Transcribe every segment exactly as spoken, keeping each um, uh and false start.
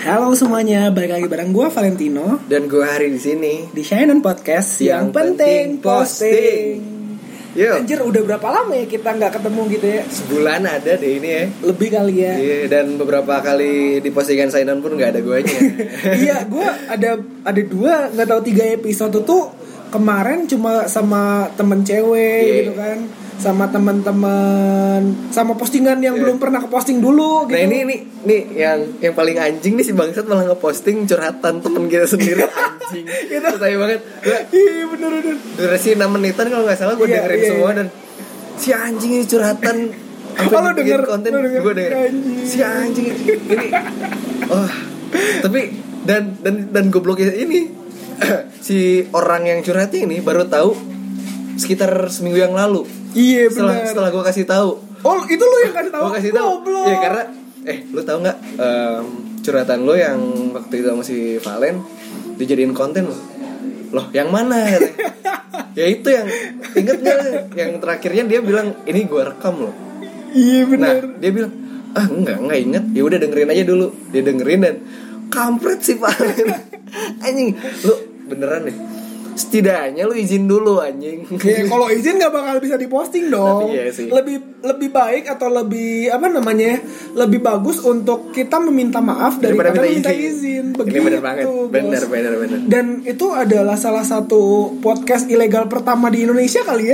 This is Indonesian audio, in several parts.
Halo semuanya, balik lagi bareng gue Valentino dan gue Hari di sini di Shineon Podcast yang, yang penting posting. Yo. Anjir, udah berapa lama ya kita nggak ketemu gitu ya? Sebulan ada deh ini ya. Lebih kali ya. Iya, dan beberapa kali di postingan Shineon pun nggak ada guanya. Iya, gue ada ada dua nggak tahu tiga episode tuh kemarin cuma sama temen cewek yeah. gitu kan. Sama teman-teman, sama postingan yang yeah. belum pernah keposting dulu gitu. Nah ini nih nih yang yang paling anjing nih si bangsat malah ngeposting curhatan temen kita sendiri. Anjing. Itu saya banget. Iya bener bener. Durasi enam menitan kalau nggak salah gue yeah, dengerin yeah, semua yeah. dan si anjing ini curhatan sampai oh, bikin konten gue dengerin. Si anjing ini. Oh, tapi dan dan dan gobloknya ini si orang yang curhatnya ini baru tahu sekitar seminggu yang lalu. Iya setelah, benar. Setelah gue kasih tahu. Oh itu lo yang kasih tahu? Gue kasih tahu. Iya karena eh lu tahu nggak um, curhatan lo yang waktu itu sama si Valen dijadiin konten lo. Loh yang mana? Ya itu yang inget nggak? Yang terakhirnya dia bilang ini gue rekam lo. Iya benar. Nah dia bilang ah enggak enggak inget. Ya udah dengerin aja dulu. Dia dengerin dan kampret si Valen. Anjing lu beneran deh. Setidaknya lu izin dulu anjing. Ya kalau izin nggak bakal bisa diposting dong. Iya sih. Lebih lebih baik atau lebih apa namanya? Lebih bagus untuk kita meminta maaf daripada meminta izin. Begitu. Ini benar banget. Benar benar benar. Dan itu adalah salah satu podcast ilegal pertama di Indonesia kali ya.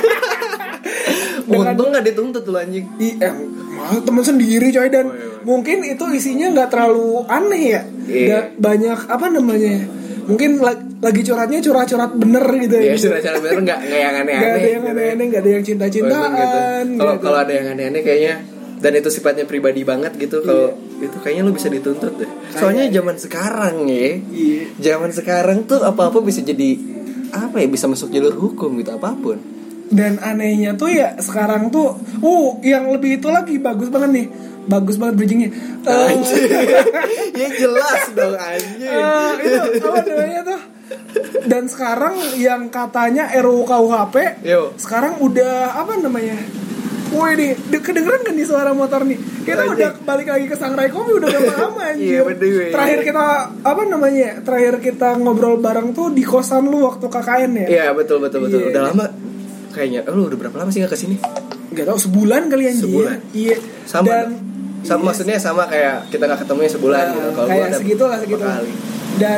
Untung nggak dituntut tuh anjing. Iya, malah teman sendiri coy dan oh, iya, iya. mungkin itu isinya nggak terlalu aneh ya. Iya. Gak banyak apa namanya? Mungkin lagi curhatnya curhat-curhat bener gitu ya. Iya, curhat-curhat bener enggak enggak yang aneh-aneh. Enggak ada yang aneh-aneh, enggak ada yang cinta-cintaan. Kalau gitu. Kalau ada yang aneh-aneh kayaknya dan itu sifatnya pribadi banget gitu. Kalau iya. itu kayaknya lu bisa dituntut deh. Soalnya zaman sekarang ya. Iya. Zaman sekarang tuh apa-apa bisa jadi apa ya bisa masuk jalur hukum gitu apapun. Dan anehnya tuh ya sekarang tuh uh yang lebih itu lagi bagus banget nih. Bagus banget bridgingnya. Anjir. Ya jelas dong anjir. Uh, itu apa namanya tuh? Dan sekarang yang katanya R U U K U H P Yo. Sekarang udah apa namanya? Woi nih, kedengeran kan nih suara motor nih. Kita anjir. Udah balik lagi ke Sangrai Kopi udah berapa lama anjir. Iya, terakhir kita apa namanya? Terakhir kita ngobrol bareng tuh di kosan lu waktu K K N ya. Iya, betul betul betul. Iya. Udah lama kayaknya. Oh, lu udah berapa lama sih enggak kesini? Enggak tahu sebulan kali anjir. Sebulan. Iya. Sama dan sama yes. Maksudnya sama kayak kita nggak ketemunya sebulan nah, gitu. Kalau kayak segitu lah segitu. Kali. Dan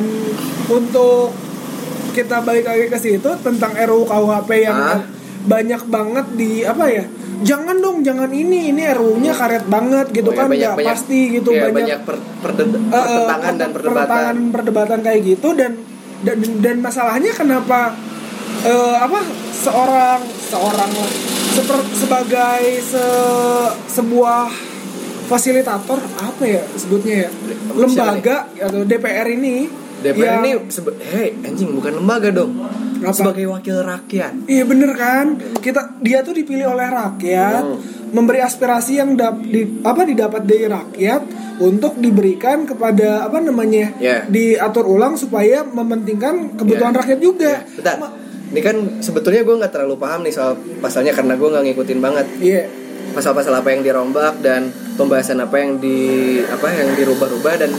untuk kita balik lagi ke situ tentang R U U K U H P yang ah. banyak banget di apa ya? Jangan dong, jangan ini ini R U U-nya karet banget gitu oh, kan nggak ya, pasti gitu ya, banyak, banyak per, perde, pertentangan uh, dan perdebatan. Pertentangan perdebatan kayak gitu dan dan dan masalahnya kenapa uh, apa seorang seorang seper, sebagai se, sebuah fasilitator apa ya sebutnya ya lembaga atau D P R ini D P R yang, ini sebe- hei anjing bukan lembaga dong apa? Sebagai wakil rakyat. Iya bener kan kita dia tuh dipilih oleh rakyat oh. memberi aspirasi yang dap, di, apa didapat dari rakyat untuk diberikan kepada apa namanya yeah. diatur ulang supaya mementingkan kebutuhan yeah. rakyat juga. Yeah. Bentar. Ma- ini kan sebetulnya gue nggak terlalu paham nih soal pasalnya karena gue nggak ngikutin banget. Iya. Yeah. Pasal-pasal apa yang dirombak dan pembahasan apa yang di apa yang dirubah-rubah dan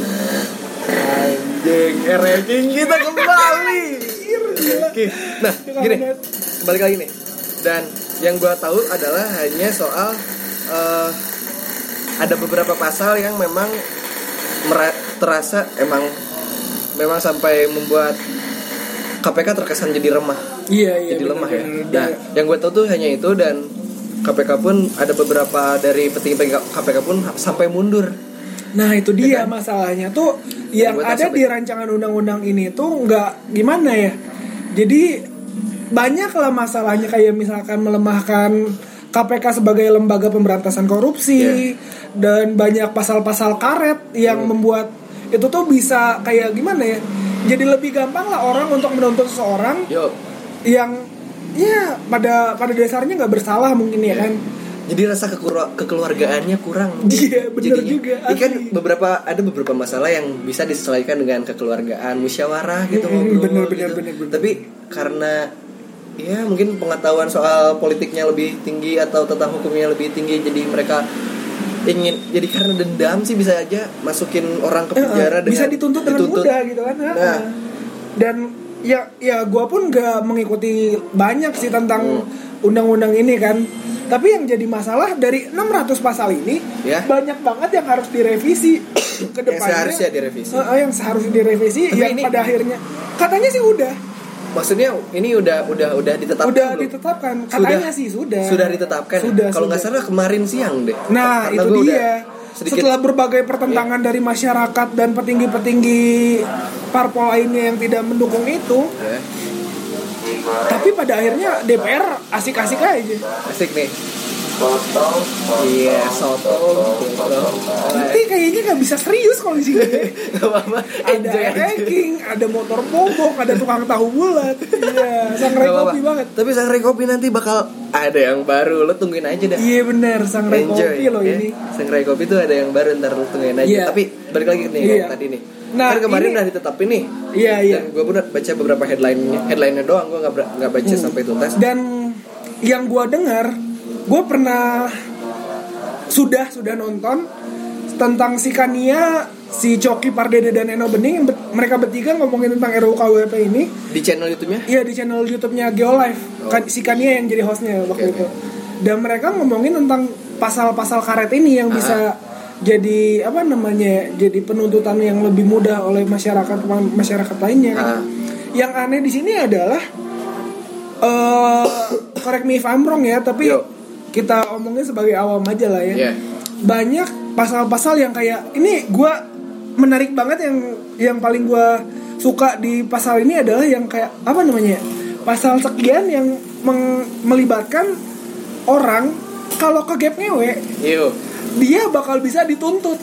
anjing ranking kita kembali. Oke, nah gini kembali lagi nih dan yang gue tahu adalah hanya soal uh, ada beberapa pasal yang memang mer- terasa emang memang sampai membuat K P K terkesan jadi remah. Iya iya. Jadi bener, lemah bener, ya. Bener. Nah, yang gue tahu tuh hanya itu dan K P K pun ada beberapa dari petinggi K P K pun sampai mundur. Nah itu dia ya kan? Masalahnya tuh yang ada di rancangan undang-undang ini tuh nggak gimana ya. Jadi banyak lah masalahnya kayak misalkan melemahkan K P K sebagai lembaga pemberantasan korupsi yeah. dan banyak pasal-pasal karet yang hmm. membuat itu tuh bisa kayak gimana ya. Jadi lebih gampang lah orang untuk menuntut seseorang Yo. yang ya pada pada dasarnya nggak bersalah mungkin ya yeah. kan. Jadi rasa kekeluar- kekeluargaannya kurang. Iya benar juga. Ini kan beberapa ada beberapa masalah yang bisa diselesaikan dengan kekeluargaan, musyawarah gitu mm-hmm, ngobrol. Bener, gitu. bener, bener, bener. Tapi karena ya mungkin pengetahuan soal politiknya lebih tinggi atau tentang hukumnya lebih tinggi, jadi mereka ingin jadi karena dendam sih bisa aja masukin orang ke penjara uh, uh, bisa dituntut dengan dituntut. mudah gitu kan. Nah. Dan ya ya gue pun gak mengikuti banyak sih tentang hmm. undang-undang ini kan. Tapi yang jadi masalah dari enam ratus pasal ini ya? Banyak banget yang harus direvisi ke depannya. Yang seharusnya direvisi. Uh, uh, yang seharusnya direvisi tapi yang ini, pada akhirnya katanya sih udah. Maksudnya ini udah udah udah ditetapkan udah belum? ditetapkan katanya sudah, sih sudah sudah ditetapkan sudah, kalau nggak salah kemarin siang deh. Nah karena itu dia sedikit... setelah berbagai pertentangan yeah. dari masyarakat dan petinggi-petinggi parpol lainnya yang tidak mendukung itu yeah. tapi pada akhirnya D P R asik-asik aja asik nih soto iya soto nanti kayaknya nggak bisa serius kalau di sini ada ranking ada motor bobok ada tukang tahu bulat iya sangrai kopi banget tapi sangrai kopi nanti bakal ada yang baru lo tungguin aja dah iya benar sangrai kopi lo ya. Ini sangrai kopi tuh ada yang baru ntar lo tungguin aja yeah. Tapi balik lagi nih yeah. Yang tadi nih nah, kan kemarin ini, udah ditetapin nih iya iya dan gue pun baca beberapa headline-nya headline-nya doang gue nggak nggak baca hmm. sampai tuntas dan yang gue dengar gue pernah sudah sudah nonton tentang si Kania, si Coki Pardede dan Eno Bening bet, mereka bertiga ngomongin tentang R U U K W P ini di channel YouTube-nya? Iya di channel YouTube-nya Geolive. Oh. Si Kania yang jadi hostnya waktu okay, itu. Okay. Dan mereka ngomongin tentang pasal-pasal karet ini yang Aha. bisa jadi apa namanya? Jadi penuntutan yang lebih mudah oleh masyarakat masyarakat lainnya. Kan? Yang aneh di sini adalah uh, correct me if I'm wrong ya, tapi Yo. kita omongin sebagai awam aja lah ya. Yeah. Banyak pasal-pasal yang kayak ini gue menarik banget yang yang paling gue suka di pasal ini adalah yang kayak apa namanya? Pasal sekian yang meng- melibatkan orang kalau ke gap ngewe, Yo. dia bakal bisa dituntut.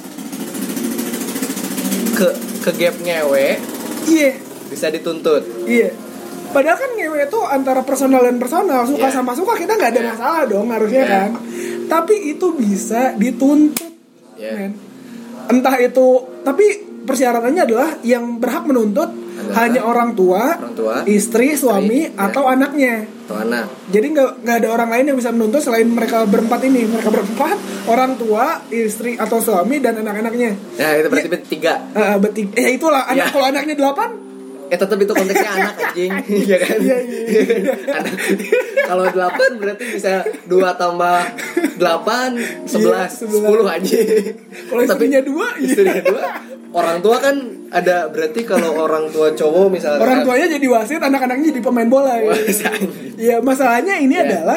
Ke ke gap ngewe? Iya. Yeah. Bisa dituntut. Iya. Yeah. Padahal kan ngewe itu antara personal dan personal, suka yeah. sama suka kita nggak ada yeah. masalah dong harusnya yeah. kan. Tapi itu bisa dituntut, yeah. kan? Entah itu, tapi persyaratannya adalah yang berhak menuntut adalah hanya orang tua, orang tua istri, suami, istri, atau yeah. anaknya. Atau anak. Jadi nggak nggak ada orang lain yang bisa menuntut selain mereka berempat ini. Mereka berempat, orang tua, istri atau suami dan anak-anaknya. Nah itu berarti ya, bertiga. Uh, bertiga. Ya itulah. Anak yeah. kalau anaknya delapan. Eh tetap itu konteksnya anak anjing, ya kan? Iya iya. Anak. Kalau delapan berarti bisa dua tambah delapan sebelas sepuluh anjing. Kalau istrinya dua, istrinya dua. Orang tua kan ada berarti kalau orang tua cowok misalnya. Orang tuanya jadi wasit, anak-anaknya jadi pemain bola. Iya, masalahnya ini yeah. adalah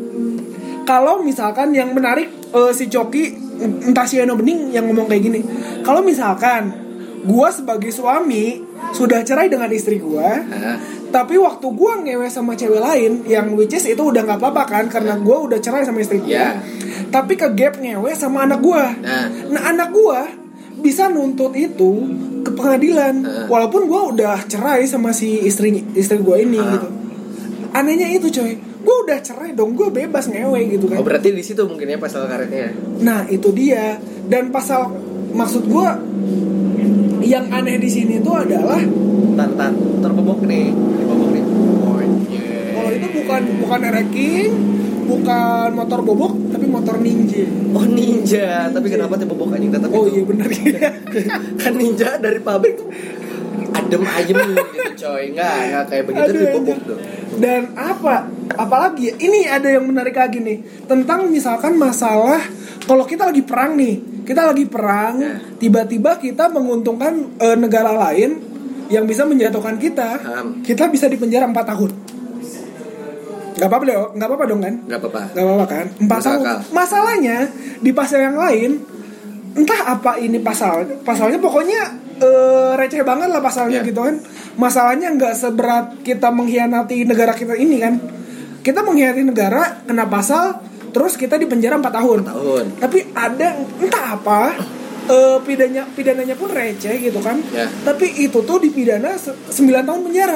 kalau misalkan yang menarik uh, si Coki entah si Eno Bening yang ngomong kayak gini. Kalau misalkan gua sebagai suami sudah cerai dengan istri gua, uh. tapi waktu gua ngewe sama cewek lain yang which is itu udah nggak apa-apa kan karena gua udah cerai sama istri gua. Yeah. Tapi ke gap ngewe sama anak gua. Uh. Nah, anak gua bisa nuntut itu ke pengadilan uh. walaupun gua udah cerai sama si istri istri gua ini uh. gitu. Anehnya itu coy. Gua udah cerai dong, gua bebas ngewe gitu kan. Oh, berarti di situ mungkin ya pasal karetnya. Nah, itu dia. Dan pasal maksud gua yang aneh di sini tuh adalah tar tar terbobok nih, terbobok nih. Oh, yeah. Kalau itu bukan bukan ranking, bukan motor bobok, tapi motor ninja. Oh ninja, ninja. Tapi kenapa terbobok anjing tetap oh, itu? Oh iya benar ya. Kan ninja dari pabrik tuh adem ayem gitu coy, enggak enggak kayak begitu terbobok tuh. Dan apa? Apalagi ini ada yang menarik lagi nih tentang misalkan masalah kalau kita lagi perang nih. Kita lagi perang, yeah. tiba-tiba kita menguntungkan e, negara lain yang bisa menjatuhkan kita, um. kita bisa dipenjara empat tahun. Gak apa-apa dong, gak apa-apa dong kan? Gak apa-apa. Gak apa-apa kan? empat tahun. Masalahnya di pasal yang lain, entah apa ini pasal, pasalnya pokoknya e, receh banget lah pasalnya yeah. gitu kan. Masalahnya nggak seberat kita mengkhianati negara kita ini kan. Kita mengkhianati negara kena pasal. Terus kita dipenjara empat tahun. empat tahun. Tapi ada entah apa uh, pidananya pidananya pun receh gitu kan. Ya. Tapi itu tuh dipidana sembilan tahun penjara.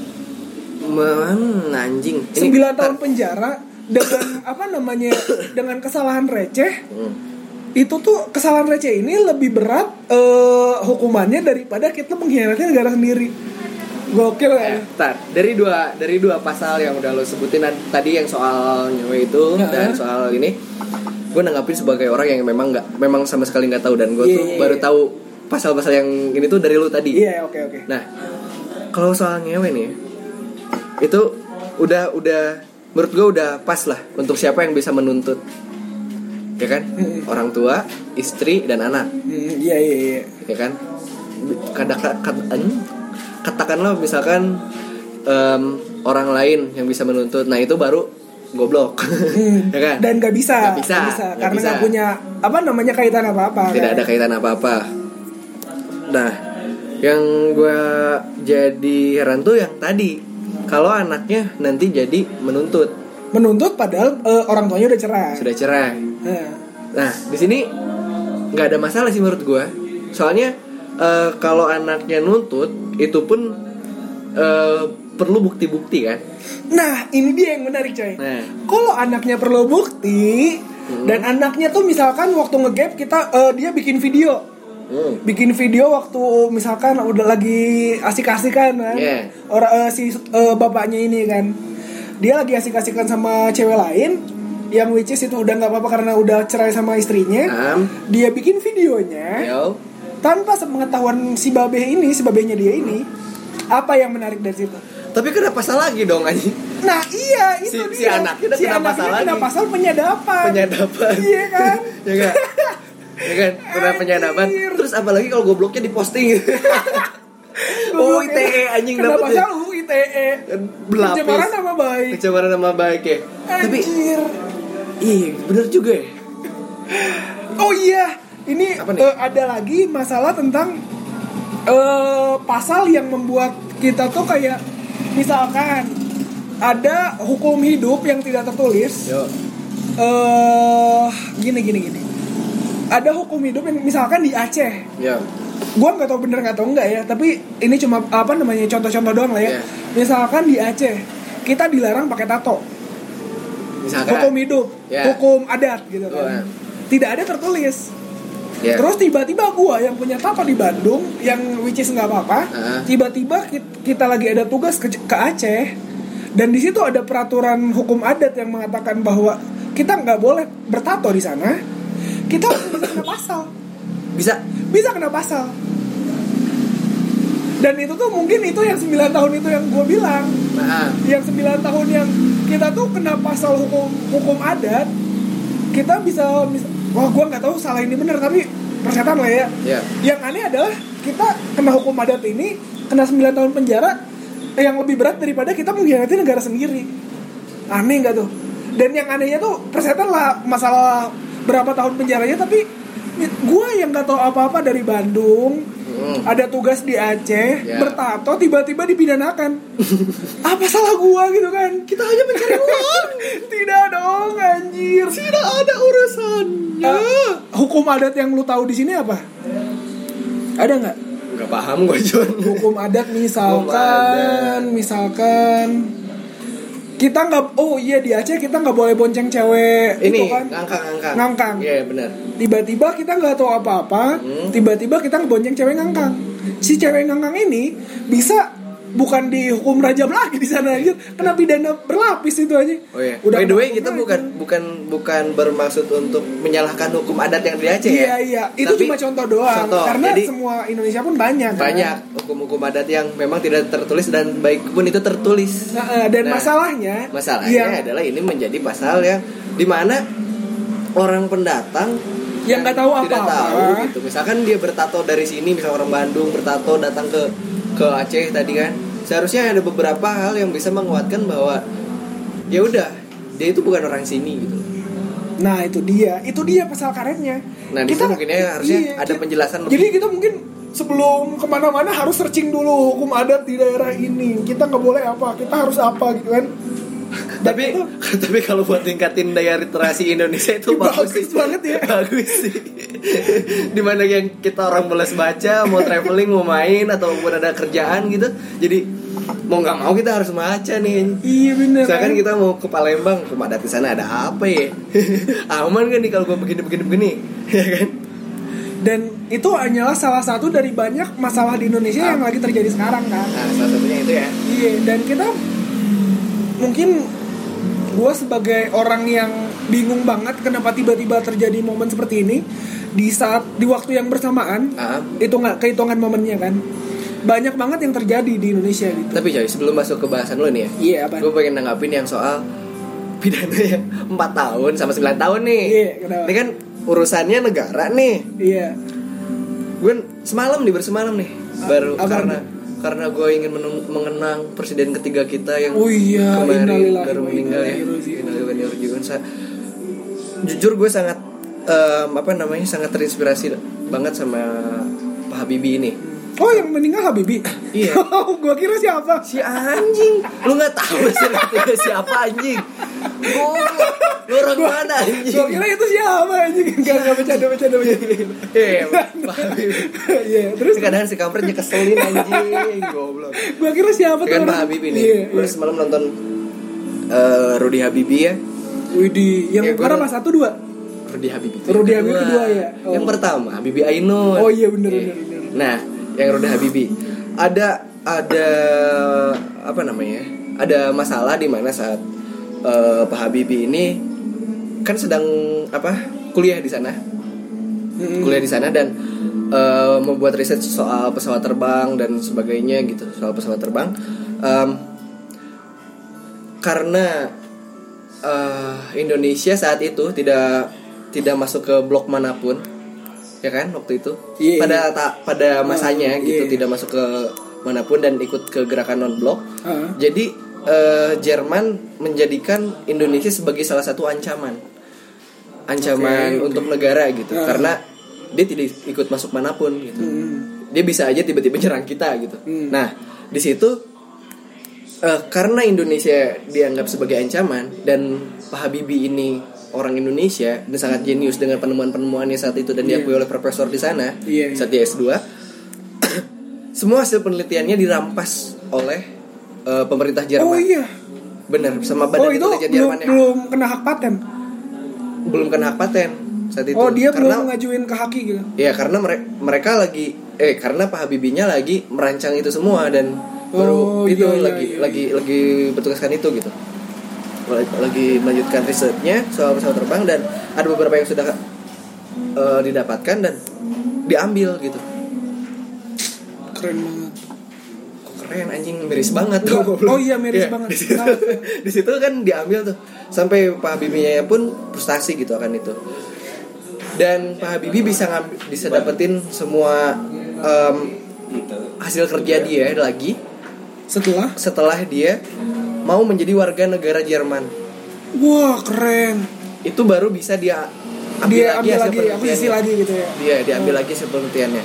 Man, anjing. sembilan tahun penjara dengan apa namanya? Dengan kesalahan receh. Hmm. Itu tuh kesalahan receh ini lebih berat uh, hukumannya daripada kita mengkhianati negara sendiri. Gokil kan? Eh, tar, dari dua dari dua pasal yang udah lo sebutin tadi yang soal nyewe itu uh-huh. dan soal ini gue nanggapin sebagai orang yang memang nggak, memang sama sekali nggak tahu, dan gue yeah, tuh yeah, baru yeah. tahu pasal-pasal yang ini tuh dari lu tadi. Iya yeah, oke okay, oke. Okay. Nah kalau soal ngewe nih, itu udah udah menurut gue udah pas lah untuk siapa yang bisa menuntut, ya kan? Mm-hmm. Orang tua, istri dan anak. Iya iya iya. Ya kan? Katakan katakanlah misalkan um, orang lain yang bisa menuntut, nah itu baru goblok. Hmm. Ya kan? Dan nggak bisa, gak bisa, gak bisa. Gak karena bisa. nggak punya apa namanya kaitan apa apa. Tidak kan? ada kaitan apa apa. Nah, yang gue jadi heran tuh yang tadi, kalau anaknya nanti jadi menuntut. Menuntut padahal uh, orang tuanya udah cerai. Sudah cerai. Hmm. Nah, di sini nggak ada masalah sih menurut gue. Soalnya uh, kalau anaknya nuntut, itu pun uh, perlu bukti-bukti kan. Nah, ini dia yang menarik coy. Nah. Kalau anaknya perlu bukti hmm. dan anaknya tuh misalkan waktu nge-gap kita uh, dia bikin video. Hmm. Bikin video waktu misalkan udah lagi asik-asikan kan. Yeah. Orang uh, si uh, bapaknya ini kan. Dia lagi asik-asikan sama cewek lain yang which is itu udah enggak apa-apa karena udah cerai sama istrinya. Um. Dia bikin videonya. Yo. Tanpa sepengetahuan si babe ini, si babenya dia ini. Apa yang menarik dari situ? Tapi kena pasal lagi dong anjing. Nah iya itu si, dia. Si anaknya si kena pasal lagi. Kena pasal penyadapan. Penyadapan. Iya kan? Iya kan? Iya kan? Kena penyadapan. Terus apalagi kalau gobloknya diposting. Oh I T E anjing dapat. Kenapa pasal U I T E? Berlapis. Pencemaran nama baik. Pencemaran nama baik ya. Tapi iya benar juga ya. Oh iya, ini uh, ada lagi masalah tentang uh, pasal yang membuat kita tuh kayak misalkan ada hukum hidup yang tidak tertulis. Yo. Uh, gini gini gini. Ada hukum hidup yang misalkan di Aceh. Yo. Gua nggak tahu bener nggak tahu enggak ya, tapi ini cuma apa namanya contoh-contoh doang lah ya. Yeah. Misalkan di Aceh kita dilarang pakai tato. Misalkan hukum hidup, yeah. hukum adat gitu kan. Oh, yeah. Tidak ada tertulis. Yeah. Terus tiba-tiba gua yang punya tato di Bandung, yang which is nggak apa-apa, uh-huh. tiba-tiba kita lagi ada tugas ke, ke Aceh, dan di situ ada peraturan hukum adat yang mengatakan bahwa kita nggak boleh bertato di sana. Kita bisa kena pasal. Bisa, bisa kena pasal. Dan itu tuh mungkin itu yang sembilan tahun itu yang gue bilang. Nah. Yang sembilan tahun yang kita tuh kena pasal hukum hukum adat. Kita bisa, wah gue nggak tahu salah ini benar tapi persetan lah ya. Yeah. Yang aneh adalah kita kena hukum adat ini kena sembilan tahun penjara yang lebih berat daripada kita mengkhianati negara sendiri. Aneh nggak tuh? Dan yang anehnya tuh persetan lah masalah berapa tahun penjaranya, tapi gue yang nggak tahu apa-apa dari Bandung, hmm. ada tugas di Aceh, yeah. bertato tiba-tiba dipidanakan. Apa salah gue gitu kan? Kita hanya mencari uang. Tidak dong anjir. Tidak ada urusannya. Uh, hukum adat yang lu tahu di sini apa? Ada nggak? Nggak paham gue John. Hukum adat misalkan, hukum adat. misalkan. Kita nggak, oh iya di Aceh kita nggak boleh bonceng cewek. Ini itu kan? ngangkang ngangkang. Ngangkang. Iya yeah, benar. Tiba-tiba kita nggak tahu apa-apa, hmm. tiba-tiba kita ngebonceng cewek ngangkang. Si cewek ngangkang ini bisa bukan dihukum rajam lagi di sana aja, kena pidana berlapis itu aja. Oh iya. Udah by the way kita aja. bukan bukan bukan bermaksud untuk menyalahkan hukum adat yang di Aceh iya, ya. Iya iya, itu tapi cuma contoh doang. Contoh. Karena jadi, semua Indonesia pun banyak. Banyak kan? Hukum-hukum adat yang memang tidak tertulis dan baik pun itu tertulis. Nah, dan nah, masalahnya, masalahnya yang, adalah ini menjadi pasal yang dimana orang pendatang yang nggak tahu apa-apa. Tidak tahu gitu. Misalkan dia bertato dari sini, misal orang Bandung bertato datang ke ke Aceh tadi kan, seharusnya ada beberapa hal yang bisa menguatkan bahwa ya udah dia itu bukan orang sini gitu. Nah itu dia, itu dia pasal karetnya. Nah kita mungkinnya harusnya iya, ada penjelasan lebih. Jadi kita mungkin sebelum kemana-mana harus searching dulu hukum adat di daerah ini. Kita nggak boleh apa, kita harus apa gitu kan. Tapi tapi kalau buat tingkatin daya literasi Indonesia itu bagus, bagus sih. banget ya. Bagus sih. Dimana yang kita orang malas baca, mau traveling, mau main ataupun ada kerjaan gitu. Jadi mau nggak mau kita harus baca nih. Iya benar. Misalkan kan? Kita mau ke Palembang, hukum adat di sana ada apa ya? Aman kan nih kalau gue begini-begini begini, ya kan? Dan itu hanyalah salah satu dari banyak masalah di Indonesia ah. yang lagi terjadi sekarang kan. Nah, salah satunya itu ya. Iya, dan kita mungkin gue sebagai orang yang bingung banget kenapa tiba-tiba terjadi momen seperti ini di saat di waktu yang bersamaan. Uh. Itu nggak kehitungan momennya kan. Banyak banget yang terjadi di Indonesia gitu. Tapi coy, sebelum masuk ke bahasan lo nih ya. Iya, apa? Gue pengen nanggapin yang soal pidana yang empat tahun sama sembilan tahun nih. Iya, kenapa? Ini kan urusannya negara nih. Iya. Gue semalam nih bersemalam nih A- baru apa karena itu? karena gue ingin menung- mengenang presiden ketiga kita yang Oh iya, kemarin innalillahi baru wa meninggal inna ya. ilaihi raji'un. Innalillahi wa inna ilaihi raji'un. Sa- Jujur gue sangat um, apa namanya sangat terinspirasi banget sama Pak Habibie ini. Oh, yang meninggal Habibie? Iya. Gua kira siapa? Si anjing, lu nggak tahu sih itu siapa anjing? Gua, lu orang Gua- mana anjing? Gua kira itu siapa anjing? Enggak, enggak bercanda, bercanda, bercanda. Iya, Pak Habibie. Iya, terus Kadang si kampretnya keselin anjing, goblok. gua kira siapa tuh Kan orang? Pak Habibie nih, Iya, gue iya. semalam nonton uh, Rudy Habibie ya. Widih, yang Ya, gua- pertama satu dua. Rudy Habibie. itu Rudy yang Habibie kedua ya? Oh. Yang pertama Habibie Ainun. Oh iya, bener, Iya. bener, bener. Nah, yang Rudy Habibie ada ada apa namanya? Ada masalah di mana saat uh, Pak Habibie ini kan sedang apa? Kuliah di sana. Mm-mm. Kuliah di sana dan uh, membuat riset soal pesawat terbang dan sebagainya gitu, soal pesawat terbang. Um, karena uh, Indonesia saat itu tidak tidak masuk ke blok manapun, ya kan waktu itu. Iya, pada iya. ta, pada masanya Oh, gitu iya. tidak masuk ke manapun dan ikut ke gerakan non blok. Ah. Jadi uh, Jerman menjadikan Indonesia sebagai salah satu ancaman, ancaman Oke, oke. untuk negara gitu, Ah. karena dia tidak ikut masuk manapun gitu. Hmm. Dia bisa aja tiba-tiba nyerang kita gitu. Hmm. Nah di situ uh, karena Indonesia dianggap sebagai ancaman dan Pak Habibie ini orang Indonesia dan sangat jenius dengan penemuan-penemuannya saat itu dan Iya. diakui oleh profesor di sana Iya, iya. saat dia S dua. Semua hasil penelitiannya dirampas oleh uh, pemerintah Jerman. Oh iya. Bener, sama badan Oh itu intelijen belum Jerman ya. belum kena hak paten. Belum kena hak paten saat itu. Oh dia karena, belum ngajuin ke Haki gitu. ya karena mere- mereka lagi eh karena Pak Habibie-nya lagi merancang itu semua dan baru Oh, itu iya, iya, lagi iya. lagi lagi bertugaskan itu gitu. Lagi melanjutkan risetnya soal pesawat terbang dan ada beberapa yang sudah uh, didapatkan dan diambil gitu. Keren banget. Kok keren anjing, miris banget tuh. Enggak. Oh iya, miris Iya, banget. Di situ, Kenapa? di situ kan diambil tuh sampai Pak Habibie-nya pun frustasi gitu akan itu. Dan Pak Habibie bisa ngambil, bisa dapetin semua um, hasil kerja dia lagi Setelah setelah dia mau menjadi warga negara Jerman. wah keren. Itu baru bisa dia ambil Dia lagi ambil hasil lagi akuisisi penelitiannya. lagi gitu ya. Dia diambil lagi hasil penelitiannya.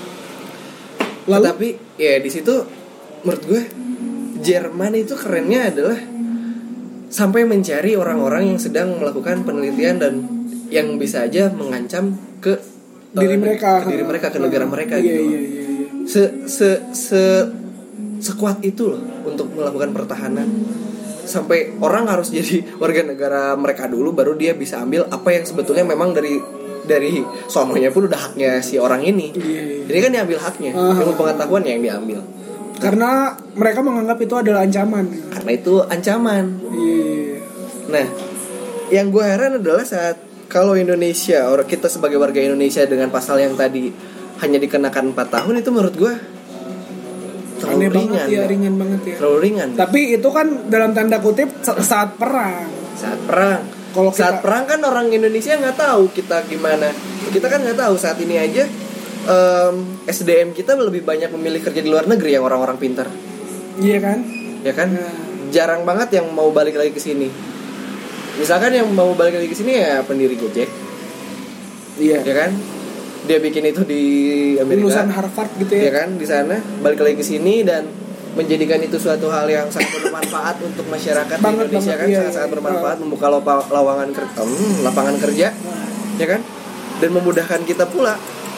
Lalu Tapi ya di situ menurut gue Jerman itu kerennya adalah sampai mencari orang-orang yang sedang melakukan penelitian dan yang bisa aja mengancam ke diri eh, mereka, ke diri mereka, ke negara mereka iya, gitu. Iya iya iya. Se se se sekuat itu loh untuk melakukan pertahanan. Sampai orang harus jadi warga negara mereka dulu baru dia bisa ambil apa yang sebetulnya memang dari dari sononya pun udah haknya si orang ini. Iya, iya. Jadi kan diambil haknya, Ah. ilmu pengetahuan yang diambil. Karena mereka menganggap itu adalah ancaman. Karena itu ancaman. Iya. Nah, yang gue heran adalah saat kalau Indonesia, orang kita sebagai warga Indonesia dengan pasal yang tadi hanya dikenakan empat tahun itu menurut gue terlalu Aneh ringan. banget ya, ringan banget ya. Terlalu ringan. Tapi itu kan dalam tanda kutip sa- saat perang. Saat perang. Kalau saat kita- perang kan orang Indonesia nggak tahu kita gimana. Kita kan nggak tahu saat ini aja um, S D M kita lebih banyak memilih kerja di luar negeri yang orang-orang pintar. Iya kan? Ya kan? Nah. Jarang banget yang mau balik lagi ke sini. Misalkan yang mau balik lagi ke sini ya pendiri Gojek. Iya. Ya kan? Dia bikin itu di Amerika. Lulusan Harvard gitu Ya ya. kan? Di sana balik lagi ke sini dan menjadikan itu suatu hal yang sangat bermanfaat untuk masyarakat di Banget, Indonesia banget, kan iya, sangat-sangat iya. bermanfaat, membuka lopa- lawangan kerja, hmm, lapangan kerja, ya kan? Dan memudahkan kita pula.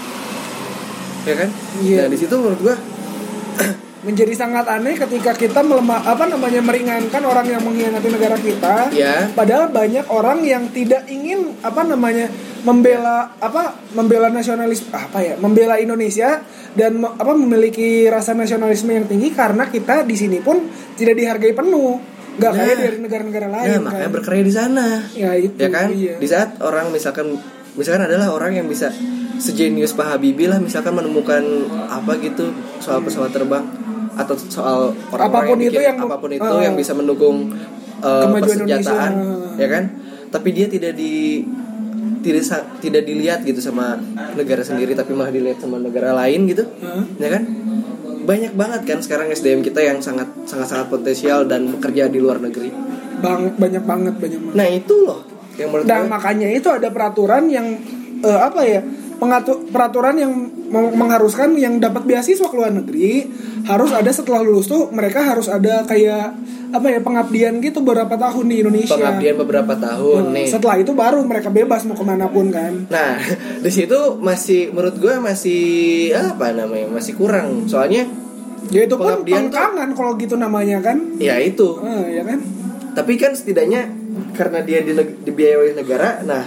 Ya kan? Iya. Nah, di situ menurut gua Menjadi sangat aneh ketika kita melemah apa namanya meringankan orang yang mengkhianati negara kita. ya Padahal banyak orang yang tidak ingin apa namanya membela apa membela nasionalis apa ya membela Indonesia dan me- apa memiliki rasa nasionalisme yang tinggi karena kita di sini pun tidak dihargai penuh. Nggak nah, kayak dari negara-negara lain. Nah, makanya kan berkarya di sana. Ya itu. Ya kan? Iya. Di saat orang misalkan misalkan adalah orang yang bisa sejenius Pak Habibie lah, misalkan menemukan apa gitu soal pesawat terbang atau soal orang-orang apapun yang itu bikin, yang apapun itu uh, yang bisa mendukung uh, persenjataan, Indonesia. ya kan? Tapi dia tidak di tidak tidak dilihat gitu sama negara sendiri, tapi malah dilihat sama negara lain gitu, uh. ya kan? Banyak banget kan sekarang S D M kita yang sangat sangat sangat potensial dan bekerja di luar negeri. Bang, banyak banget, banyak banget. Nah itu loh yang menurut Dan gue, makanya itu ada peraturan yang uh, apa ya? Pengatur, peraturan yang mengharuskan yang dapat beasiswa ke luar negeri harus ada setelah lulus tuh mereka harus ada kayak apa ya pengabdian gitu beberapa tahun di Indonesia. Pengabdian beberapa tahun nah, nih. Setelah itu baru mereka bebas mau kemanapun kan. Nah di situ masih menurut gue masih apa namanya masih kurang soalnya. Ya itu pun pengkangan kalau gitu namanya kan. Ya itu. Ah, ya kan. Tapi kan setidaknya karena dia dibiayai negara, nah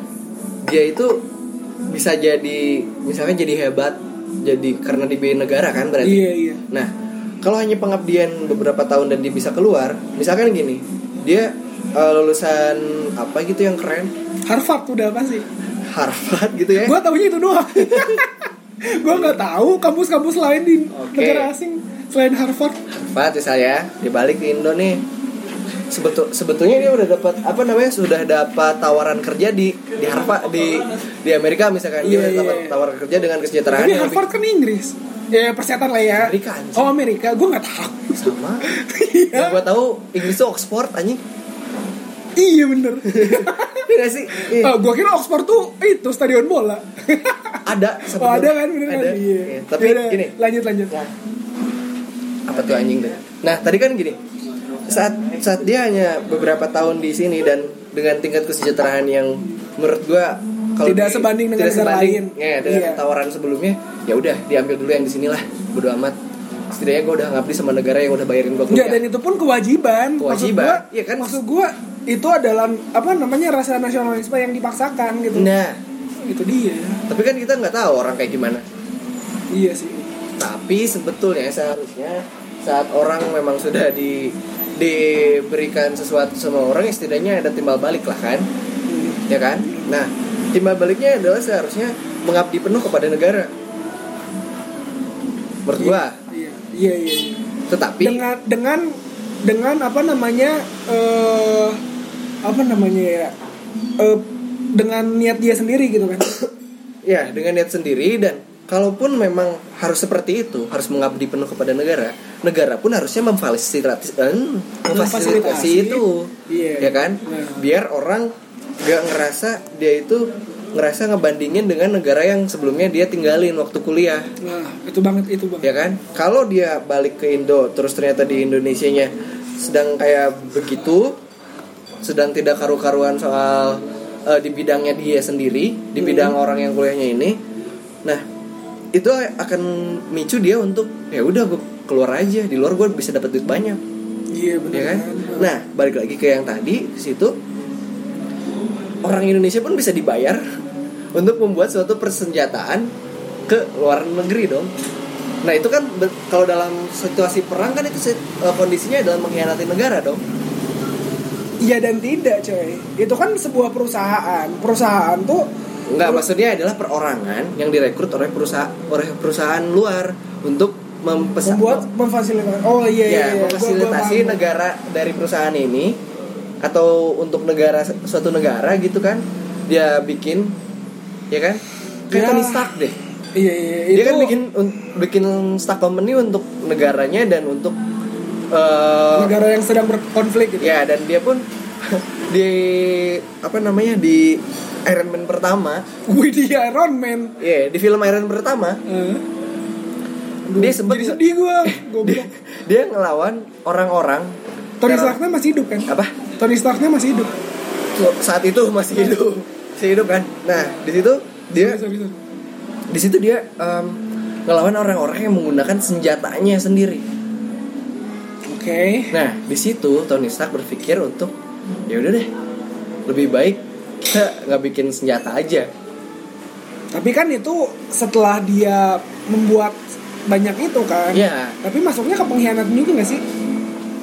dia itu bisa jadi misalkan jadi hebat jadi karena dibiayai negara kan berarti. Iya iya. Nah kalau hanya pengabdian beberapa tahun dan dia bisa keluar, misalkan gini, dia uh, lulusan apa gitu yang keren? Harvard udah apa sih? Harvard gitu ya? Gua taunya itu doang. Gua nggak tahu kampus-kampus lain di okay. negara asing selain Harvard. Harvard ya saya, dia balik ke Indo nih. Sebetul sebetulnya dia udah dapat apa namanya sudah dapat tawaran kerja di di Harvard di di Amerika misalkan dia yeah, udah dapat yeah. tawaran kerja dengan kesejahteraan. Tapi Harvard kan Inggris. Ya persetan lah ya. Amerika. Anjing. Oh Amerika, gue nggak tahu. Sama. Yang gue tahu Inggris itu Oxford anjing. Iya bener. Iya sih. Iya. Oh, gue kira Oxford tuh itu stadion bola. Ada. Oh ada kan bener ada. Kan? Iya. Ya, tapi Yaudah, gini. Lanjut lanjut. Ya. Apa tuh anjing deh. Nah tadi kan gini. Saat saat dia hanya beberapa tahun di sini dan dengan tingkat kesejahteraan yang menurut gue kalau tidak di, sebanding dengan tidak negara sebanding, lain. Ya, dengan iya. tawaran sebelumnya, ya udah diambil dulu yang di sinilah, bodo amat. Setidaknya gue udah ngabdi sama negara yang udah bayarin gue kuliah. Ya, dan itu pun kewajiban. Kewajiban, iya kan? Maksud gue itu adalah apa namanya rasa nasionalisme yang dipaksakan gitu. Nah, itu dia. Tapi kan kita nggak tahu orang kayak gimana. Iya sih. Tapi sebetulnya seharusnya saat orang memang sudah di diberikan sesuatu sama orang, ya setidaknya ada timbal balik lah kan, hmm. ya kan? Nah, timbal baliknya adalah seharusnya mengabdi penuh kepada negara. Menurut gua. Iya, iya, iya. Tetapi dengan dengan dengan apa namanya uh, apa namanya ya uh, dengan niat dia sendiri gitu kan? Ya, dengan niat sendiri dan kalaupun memang harus seperti itu, harus mengabdi penuh kepada negara, negara pun harusnya memfasilitasi, eh, memfasilitasi itu, yeah. ya kan? Nah. Biar orang gak ngerasa dia itu ngerasa ngebandingin dengan negara yang sebelumnya dia tinggalin waktu kuliah. Nah, itu banget itu banget. Ya kan? Kalau dia balik ke Indo, terus ternyata di Indonesianya sedang kayak begitu, sedang tidak karu-karuan soal uh, di bidangnya dia sendiri, di bidang hmm. orang yang kuliahnya ini, nah itu akan micu dia untuk ya udah gue keluar aja, di luar gue bisa dapat duit banyak. Iya benar ya kan? Nah balik lagi ke yang tadi di situ, orang Indonesia pun bisa dibayar untuk membuat suatu persenjataan ke luar negeri dong. Nah itu kan kalau dalam situasi perang kan itu kondisinya adalah mengkhianati negara dong. Iya dan tidak coy, itu kan sebuah perusahaan, perusahaan tuh enggak, maksudnya adalah perorangan yang direkrut oleh perusahaan oleh perusahaan luar untuk mempesa- membuat memfasilitasi. Oh iya iya. Ya, memfasilitasi negara dari perusahaan ini atau untuk negara suatu negara gitu kan. Dia bikin ya kan? Kayak ya. Tony Stark deh. Iya iya. Dia itu... kan bikin bikin Stark Company untuk negaranya dan untuk uh, negara yang sedang berkonflik gitu. Ya, dan dia pun di apa namanya di Iron Man pertama. Wih di Iron Man. Iya yeah, di film Iron Man pertama. Uh. Dia sempet jadi sedih gue. dia, dia ngelawan orang-orang. Tony Starknya masih hidup kan? Apa? Tony Starknya masih hidup. Saat itu masih hidup, masih hidup kan? Nah di situ dia, bisa, bisa. Di situ dia um, ngelawan orang-orang yang menggunakan senjatanya sendiri. Oke. Okay. Nah di situ Tony Stark berpikir untuk ya udah deh, lebih baik kita nggak bikin senjata aja. Tapi kan itu setelah dia membuat banyak itu kan. Iya. Tapi masuknya ke pengkhianatan juga nggak sih?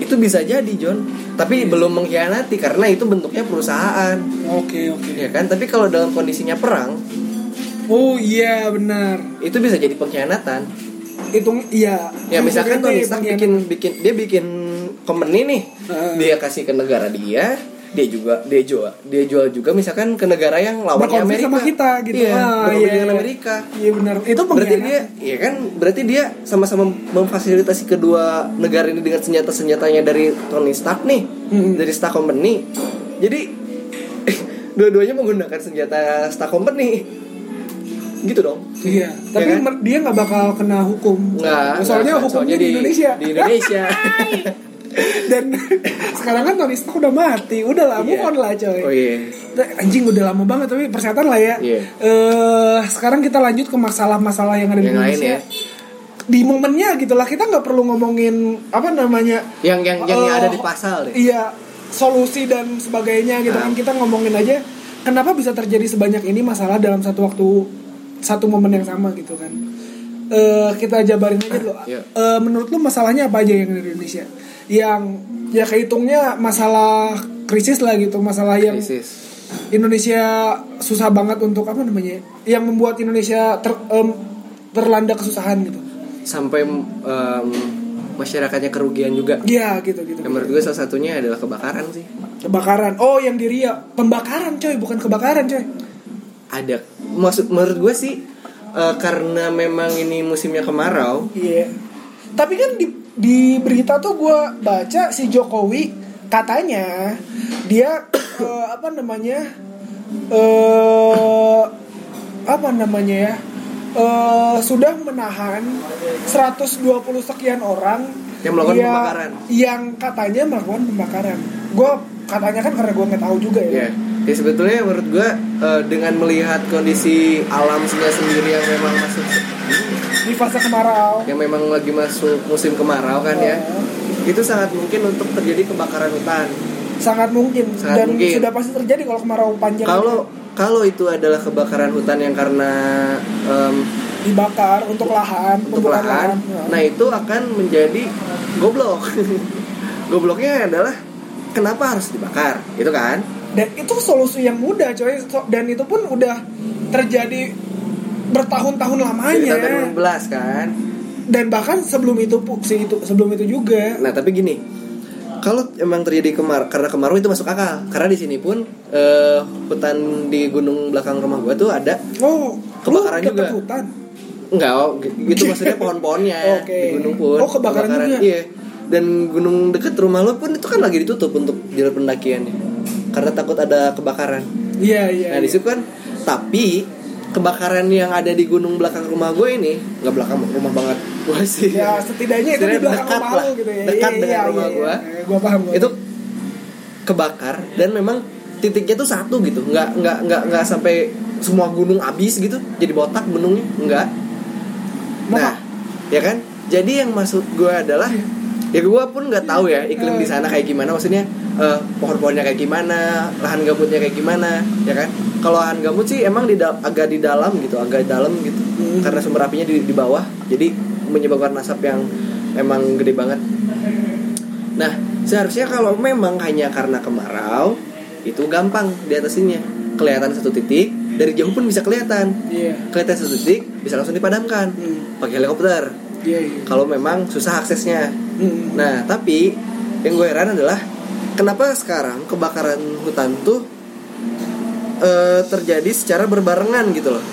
itu bisa jadi John, tapi yeah. belum mengkhianati karena itu bentuknya perusahaan. Oke okay, oke. Okay. Ya kan, tapi kalau dalam kondisinya perang, oh iya benar. Itu bisa jadi pengkhianatan. Itu iya. Ya misalkan Tony Stark bikin bikin dia bikin company nih, uh. dia kasih ke negara dia. Dia juga dia jual dia jual juga misalkan ke negara yang lawannya Amerika sama kita gitu. Iya, ah, iya, dengan Amerika. Iya benar. Itu berarti dia iya kan berarti dia sama-sama memfasilitasi kedua negara ini dengan senjata-senjatanya dari Tony Stark nih, hmm. dari Stark Company. Jadi dua-duanya menggunakan senjata Stark Company. Gitu dong. Iya, tapi ya kan? Dia nggak bakal kena hukum. Nggak. Soalnya nggak, hukumnya soalnya di, di Indonesia. Di Indonesia. Dan sekarang kan Tony Stark udah mati, udah lah, move on lah coy. Oh iya. Anjing udah lama banget tapi persetan lah ya. Yeah. Uh, sekarang kita lanjut ke masalah-masalah yang ada yang di Indonesia. Lain, ya? Di momennya gitulah, kita nggak perlu ngomongin apa namanya. Yang yang yang uh, ada di pasal deh. Iya, solusi dan sebagainya gitu nah. kan, kita ngomongin aja kenapa bisa terjadi sebanyak ini masalah dalam satu waktu, satu momen yang sama gitu kan. Uh, kita jabarin aja dulu. Yeah. Uh, menurut lu masalahnya apa aja yang di Indonesia? Yang ya kehitungnya masalah krisis lah gitu, masalah yang krisis. Indonesia susah banget untuk apa namanya, yang membuat Indonesia ter, um, terlanda kesusahan gitu, sampai um, masyarakatnya kerugian juga. Iya gitu gitu. Yang menurut gue salah satunya adalah kebakaran sih. Kebakaran, oh yang di Riau, pembakaran coy, bukan kebakaran coy. Ada, maksud menurut gue sih uh, karena memang ini musimnya kemarau. Iya. Tapi kan di di berita tuh gue baca si Jokowi katanya dia uh, apa namanya uh, apa namanya ya uh, sudah menahan seratus dua puluh sekian orang yang melakukan ya, pembakaran. Yang katanya melakukan pembakaran. Gue katanya kan karena gue nggak tahu juga ya. Yeah. Ya sebetulnya menurut gue uh, dengan melihat kondisi alam sendiri yang memang masuk di fase kemarau, yang memang lagi masuk musim kemarau kan oh. ya, itu sangat mungkin untuk terjadi kebakaran hutan. Sangat mungkin. Sangat dan mungkin. Sudah pasti terjadi kalau kemarau panjang. Kalau kalau itu adalah kebakaran hutan yang karena um, dibakar untuk lahan, untuk lahan, lahan. Nah itu akan menjadi goblok. Gobloknya adalah kenapa harus dibakar, gitu kan? Dan itu solusi yang mudah coy, dan itu pun udah terjadi bertahun-tahun lamanya. Dari tahun dua ribu enam belas kan. Dan bahkan sebelum itu sih itu sebelum itu juga. Nah tapi gini, kalau emang terjadi kemar karena kemarau itu masuk akal. Karena di sini pun uh, hutan di gunung belakang rumah gua tuh ada. Oh, kebakaran juga. Hutan? Enggak, oh, gitu maksudnya pohon-pohonnya okay. di gunung pun. Oh kebakaran, kebakaran juga. Iya. Dan gunung dekat rumah lo pun itu kan lagi ditutup untuk jalur pendakiannya karena takut ada kebakaran. Iya iya. Nah di situ kan, tapi kebakaran yang ada di gunung belakang rumah gue ini nggak belakang rumah banget gue sih. Ya setidaknya itu di belakang rumah lo gitu ya. Dekat iya, dengan iya, rumah iya, gue. Iya, gue paham. Itu kebakar dan memang titiknya tuh satu gitu, nggak nggak nggak nggak sampai semua gunung habis gitu, jadi botak gunungnya, nggak. Nah, ya kan? Jadi yang maksud gue adalah ya gue pun nggak tahu ya iklim di sana kayak gimana, maksudnya uh, pohon-pohonnya kayak gimana, lahan gambutnya kayak gimana, ya kan? Kalau lahan gambut sih emang di da- agak di dalam gitu, agak dalam gitu, hmm. karena sumber apinya di, di bawah, jadi menyebabkan asap yang emang gede banget. Nah seharusnya kalau memang hanya karena kemarau itu gampang diatasinya, kelihatan satu titik dari jauh pun bisa kelihatan, yeah. kelihatan satu titik bisa langsung dipadamkan hmm. pakai helikopter. Yeah, yeah. Kalau memang susah aksesnya. Hmm. Nah, tapi yang gue heran adalah kenapa sekarang kebakaran hutan tuh e, terjadi secara berbarengan gitu loh.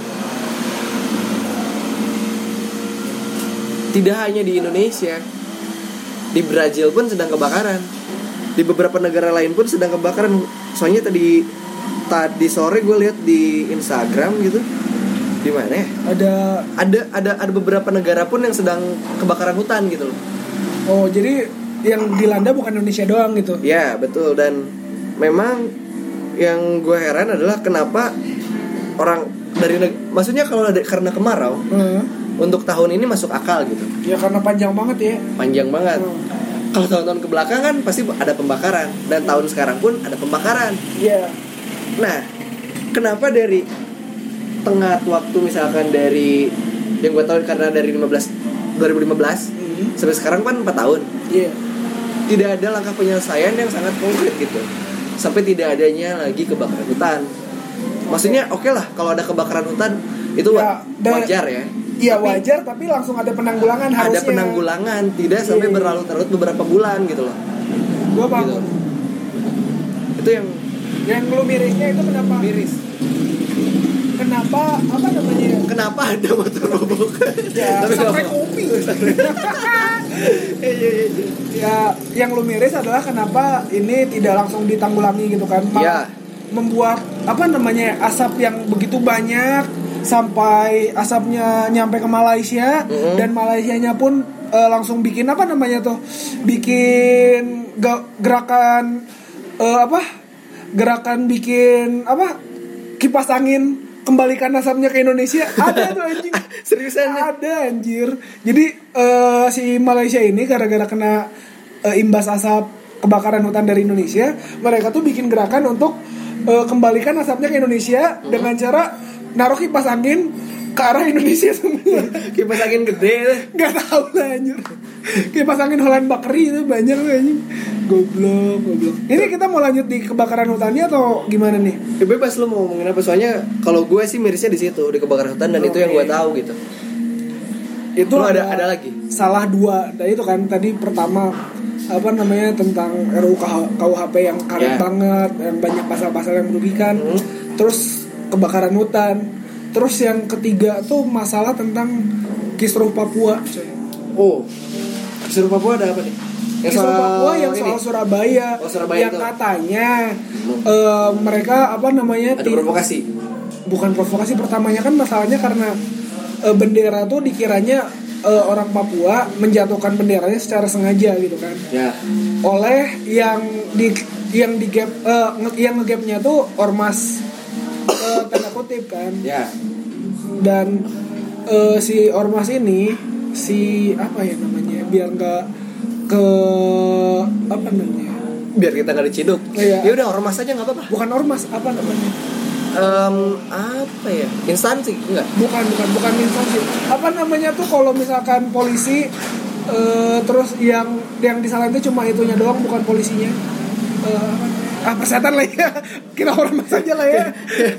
Tidak hanya di Indonesia, di Brazil pun sedang kebakaran. Di beberapa negara lain pun sedang kebakaran. Soalnya tadi tadi sore gue lihat di Instagram gitu. Di mana ya? Ada ada ada ada beberapa negara pun yang sedang kebakaran hutan gitu loh. Oh, jadi yang dilanda bukan Indonesia doang gitu. Ya, betul. Dan memang yang gue heran adalah kenapa orang dari maksudnya kalau ada karena kemarau, hmm. untuk tahun ini masuk akal gitu. Ya karena panjang banget ya. Panjang banget. Hmm. Kalau tahun-tahun kebelakang kan pasti ada pembakaran, dan tahun sekarang pun ada pembakaran. Iya. Yeah. Nah, kenapa dari tengah waktu misalkan dari yang gue tahu karena dari lima belas dua ribu lima belas mm-hmm. sampai sekarang kan empat tahun. Iya. Yeah. tidak ada langkah penyelesaian yang sangat konkret gitu. Sampai tidak adanya lagi kebakaran hutan. Maksudnya oke okay lah kalau ada kebakaran hutan itu ya, wajar ya. Iya wajar, tapi langsung ada penanggulangan harusnya. Ada penanggulangan, tidak yeah. sampai berlarut-larut beberapa bulan gitu loh. Gua paham. Gitu. Itu yang yang lu mirisnya itu kenapa? Miris. Kenapa apa namanya? Kenapa ada motor bobok? Ya, sampai kopi. Ya, yang lu miris adalah kenapa ini tidak langsung ditanggulangi gitu kan? Iya. Membuat apa namanya asap yang begitu banyak sampai asapnya nyampe ke Malaysia mm-hmm. dan Malaysianya pun uh, langsung bikin apa namanya tuh? Bikin ge- gerakan uh, apa? Gerakan bikin apa? Kipas angin kembalikan asapnya ke Indonesia. Ada tuh anjing. Seriusan? Ada anjir. Jadi uh, si Malaysia ini gara-gara kena uh, imbas asap kebakaran hutan dari Indonesia, mereka tuh bikin gerakan untuk uh, kembalikan asapnya ke Indonesia hmm. dengan cara naruh kipas angin ke arah Indonesia semua. Kipas angin gede tuh. Gak tau lah anjir. Kipas angin Holland Bakery itu banyak tuh anjing. Goblok, goblok. Ini kita mau lanjut di kebakaran hutannya atau gimana nih? Ya bebas lu mau ngomongin apa, soalnya kalau gue sih mirisnya di situ, di kebakaran hutan dan okay. itu yang gue tahu gitu. Itu lu ada ada lagi. Salah dua. Nah itu kan tadi pertama apa namanya tentang R U K U H P yang karet yeah. banget dan banyak pasal-pasal yang merugikan. Hmm. Terus kebakaran hutan. Terus yang ketiga tuh masalah tentang Kisruh Papua. Oh. Kisruh Papua ada apa nih? Yang soal Papua yang ini. Soal Surabaya, oh, Surabaya yang itu. Katanya hmm. uh, mereka apa namanya ada provokasi. Bukan provokasi, pertamanya kan masalahnya karena uh, bendera tuh dikiranya uh, orang Papua menjatuhkan benderanya secara sengaja gitu kan. Ya. Oleh yang di yang di gap uh, nge, yang ngegapnya tuh ormas uh, tanda kutip kan. Ya. Dan uh, si ormas ini si apa ya namanya biar nggak ke apa namanya biar kita nggak diciduk. Iya. Ya udah ormas aja nggak apa-apa. Bukan ormas, apa namanya? Um, apa ya? Instansi enggak? Bukan, bukan, bukan instansi. Apa namanya tuh kalau misalkan polisi uh, terus yang yang disalahin itu cuma itunya doang, bukan polisinya. Uh, ah persetan lah ya. Kita ormas aja lah ya.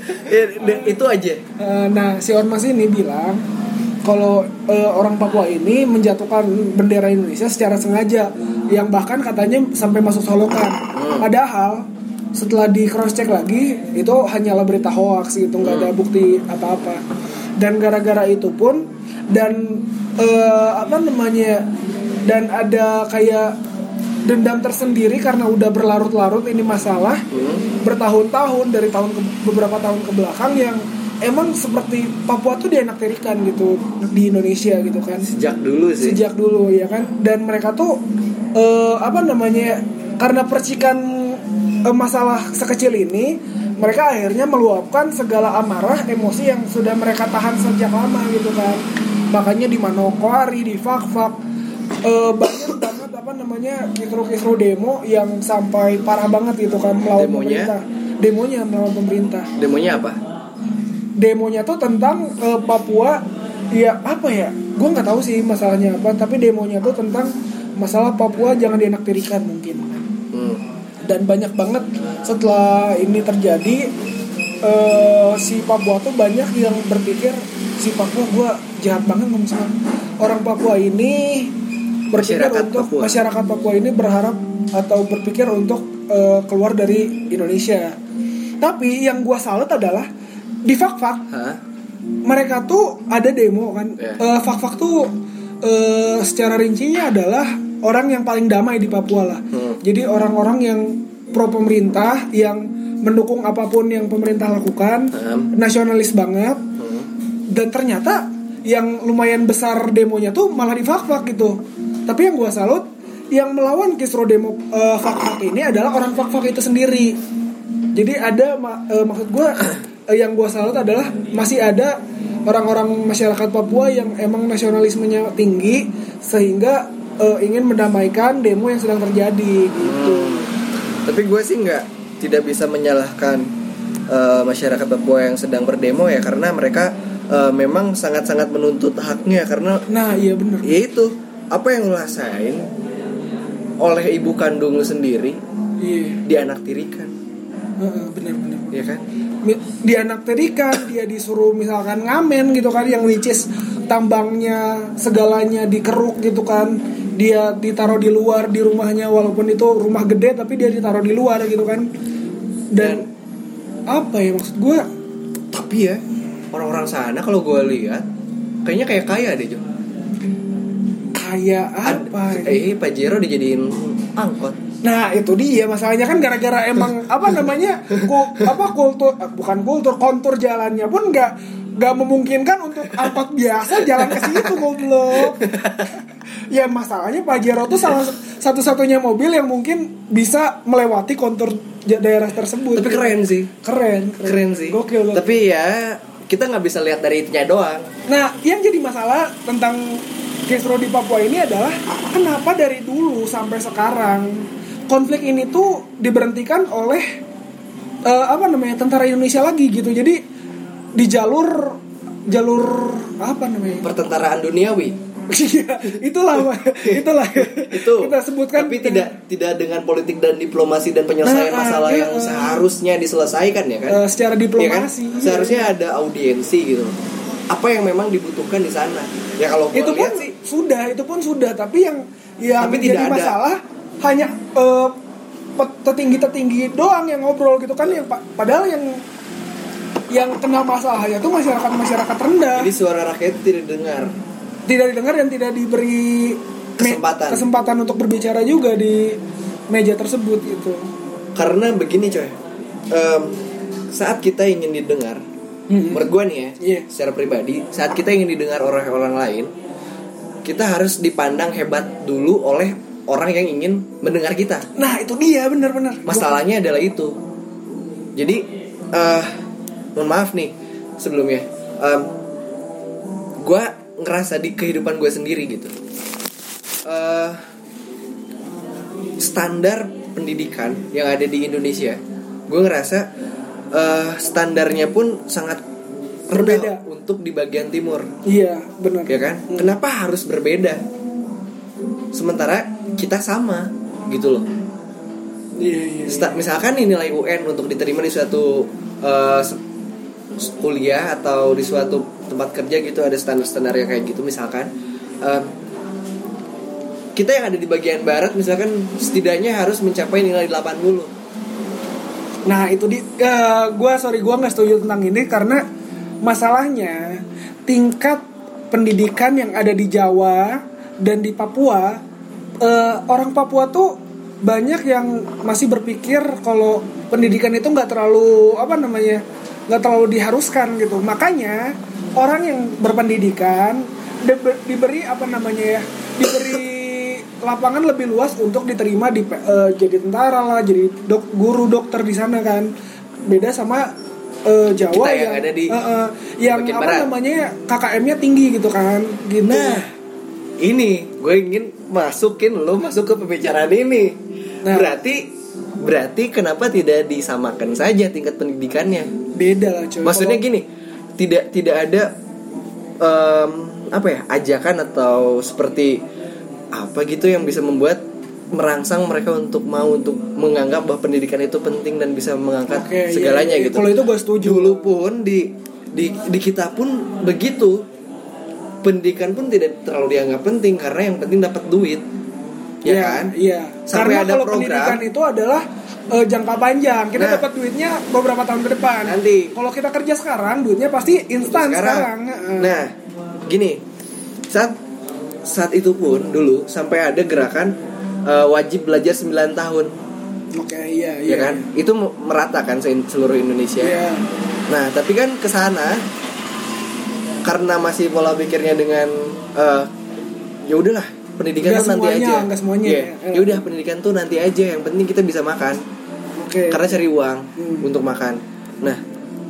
Itu aja. Uh, nah, si ormas ini bilang kalau uh, orang Papua ini menjatuhkan bendera Indonesia secara sengaja, yang bahkan katanya sampai masuk solokan. Hmm. Padahal setelah di cross check lagi itu hanyalah berita hoax gitu, nggak hmm. ada bukti apa-apa. Dan gara-gara itu pun dan uh, apa namanya dan ada kayak dendam tersendiri karena udah berlarut-larut ini masalah hmm. bertahun-tahun dari tahun ke, beberapa tahun ke belakang yang emang seperti Papua tuh dienakterikan gitu di Indonesia gitu kan. Sejak dulu sih. Sejak dulu ya kan. Dan mereka tuh uh, apa namanya karena percikan uh, masalah sekecil ini, mereka akhirnya meluapkan segala amarah, emosi yang sudah mereka tahan sejak lama gitu kan. Makanya di Manokwari, di Fak-Fak uh, banyak banget apa namanya kisru-kisru demo yang sampai parah banget gitu kan melawan Demonya? pemerintah. Demonya melawan pemerintah. Demonya apa? Demonya tuh tentang uh, Papua, ya apa ya? Gue nggak tahu sih masalahnya apa, tapi demonya tuh tentang masalah Papua jangan dienakterikan mungkin. Hmm. Dan banyak banget setelah ini terjadi, uh, si Papua tuh banyak yang berpikir si Papua gue jahat banget ngomong sama orang Papua ini berpikir masyarakat untuk Papua. Masyarakat Papua ini berharap atau berpikir untuk uh, keluar dari Indonesia. Tapi yang gue salut adalah di Fak-Fak huh? mereka tuh ada demo kan. yeah. uh, Fak-Fak tuh uh, secara rincinya adalah orang yang paling damai di Papua lah. hmm. Jadi orang-orang yang pro pemerintah, yang mendukung apapun yang pemerintah lakukan, hmm. nasionalis banget. hmm. Dan ternyata yang lumayan besar demonya tuh malah di Fak-Fak gitu. Tapi yang gue salut, yang melawan kisru demo uh, Fak-Fak ini adalah orang Fak-Fak itu sendiri. Jadi ada uh, maksud gue yang gue salut adalah masih ada orang-orang masyarakat Papua yang emang nasionalismenya tinggi sehingga uh, ingin mendamaikan demo yang sedang terjadi gitu. Hmm. Tapi gue sih nggak tidak bisa menyalahkan uh, masyarakat Papua yang sedang berdemo ya, karena mereka uh, memang sangat-sangat menuntut haknya karena nah iya benar. Ya itu apa yang lo rasain oleh ibu kandung lu sendiri, iya, dianaktirikan. uh, benar-benar, ya kan? Dianaktirikan, dia disuruh misalkan ngamen gitu kan, yang which is tambangnya segalanya dikeruk gitu kan, dia ditaruh di luar di rumahnya, walaupun itu rumah gede tapi dia ditaruh di luar gitu kan. Dan, Dan apa ya maksud gue? Tapi ya orang-orang sana kalau gue lihat kayaknya kayak kaya deh Jo. Kayak apa? Ad, eh Pajero dijadiin angkot. Nah itu dia masalahnya kan, gara-gara emang apa namanya kul, apa kultur bukan kultur kontur jalannya pun nggak nggak memungkinkan untuk angkot biasa jalan ke situ goblok. Ya masalahnya Pajero tuh salah satu-satunya mobil yang mungkin bisa melewati kontur daerah tersebut. Tapi keren sih. Keren, keren, keren sih. Gokil. Tapi ya kita nggak bisa lihat dari itunya doang. Nah yang jadi masalah tentang Kisruh di Papua ini adalah kenapa dari dulu sampai sekarang konflik ini tuh diberhentikan oleh uh, apa namanya tentara Indonesia lagi gitu. Jadi di jalur jalur apa namanya pertentaraan duniawi. itulah itulah itu kita sebutkan, tapi tidak tidak dengan politik dan diplomasi dan penyelesaian nah, masalah uh, yang uh, seharusnya diselesaikan ya kan, uh, secara diplomasi ya kan? Seharusnya ada audiensi gitu, apa yang memang dibutuhkan di sana ya. Kalau itu pun sih sudah itu pun sudah tapi yang yang tapi jadi masalah hanya uh, tertinggi-tertinggi doang yang ngobrol gitu kan, yang padahal yang yang kena masalahnya tuh masyarakat-masyarakat rendah. Jadi suara rakyat tidak didengar. Tidak didengar dan tidak diberi kesempatan me- kesempatan untuk berbicara juga di meja tersebut gitu. Karena begini coy, um, saat kita ingin didengar, mm-hmm. menurut gue nih ya, yeah. secara pribadi, saat kita ingin didengar oleh orang lain, kita harus dipandang hebat dulu oleh orang yang ingin mendengar kita. Nah itu dia benar-benar. Masalahnya adalah itu. Jadi, uh, mohon maaf nih sebelumnya, um, gue ngerasa di kehidupan gue sendiri gitu, uh, standar pendidikan yang ada di Indonesia, gue ngerasa uh, standarnya pun sangat berbeda untuk di bagian timur. Iya benar. Ya kan? Hmm. Kenapa harus berbeda? Sementara kita sama gitu loh. Iya iya. Sta- misalkan nih nilai U N untuk diterima di suatu uh, kuliah atau di suatu tempat kerja gitu ada standar-standar yang kayak gitu misalkan, um, kita yang ada di bagian barat misalkan setidaknya harus mencapai nilai delapan puluh. Nah itu di uh, gue sorry gue nggak setuju tentang ini karena masalahnya tingkat pendidikan yang ada di Jawa dan di Papua, uh, orang Papua tuh banyak yang masih berpikir kalau pendidikan itu nggak terlalu apa namanya nggak terlalu diharuskan gitu. Makanya orang yang berpendidikan di- diberi apa namanya ya diberi lapangan lebih luas untuk diterima di uh, jadi tentara lah, jadi dok, guru dokter di sana kan. Beda sama uh, Jawa kita yang, yang ada di uh, uh, yang apa barat. namanya K K M-nya tinggi gitu kan. Gitu. Nah, ini gue ingin masukin lo masuk ke pembicaraan ini. Nah, berarti berarti kenapa tidak disamakan saja tingkat pendidikannya? Beda lah coy. Maksudnya Kalo... gini, tidak tidak ada um, apa ya ajakan atau seperti apa gitu yang bisa membuat merangsang mereka untuk mau untuk menganggap bahwa pendidikan itu penting dan bisa mengangkat okay, segalanya iya, iya. gitu. Kalau itu gue setuju. Dulu pun di di di kita pun begitu. Pendidikan pun tidak terlalu dianggap penting karena yang penting dapat duit. Ya, ya kan? Iya. Sampai karena ada kalau program pendidikan itu adalah uh, jangka panjang. Kita nah, dapat duitnya beberapa tahun ke depan. Nanti. Kalau kita kerja sekarang, duitnya pasti instan sekarang. sekarang. Nah, gini. Saat saat itu pun dulu sampai ada gerakan uh, wajib belajar sembilan tahun. Oke, okay, iya iya. Ya kan? Itu merata kan seluruh Indonesia. Iya. Nah, tapi kan ke sana karena masih pola pikirnya dengan uh, ya udahlah pendidikan gak tuh nanti semuanya, aja. Enggak semuanya. Yeah. Ya. Ya udah pendidikan tuh nanti aja, yang penting kita bisa makan. Oke. Okay. Karena cari uang hmm. untuk makan. Nah,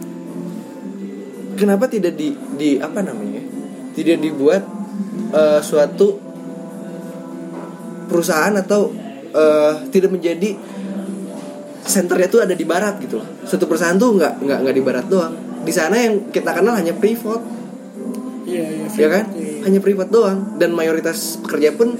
kenapa tidak di di apa namanya? Tidak dibuat uh, suatu perusahaan atau uh, tidak menjadi senternya tuh ada di barat gitu loh. Suatu perusahaan tuh nggak nggak nggak di barat doang. Di sana yang kita kenal hanya privat. Iya, iya, ya kan? Iya. Hanya privat doang dan mayoritas pekerja pun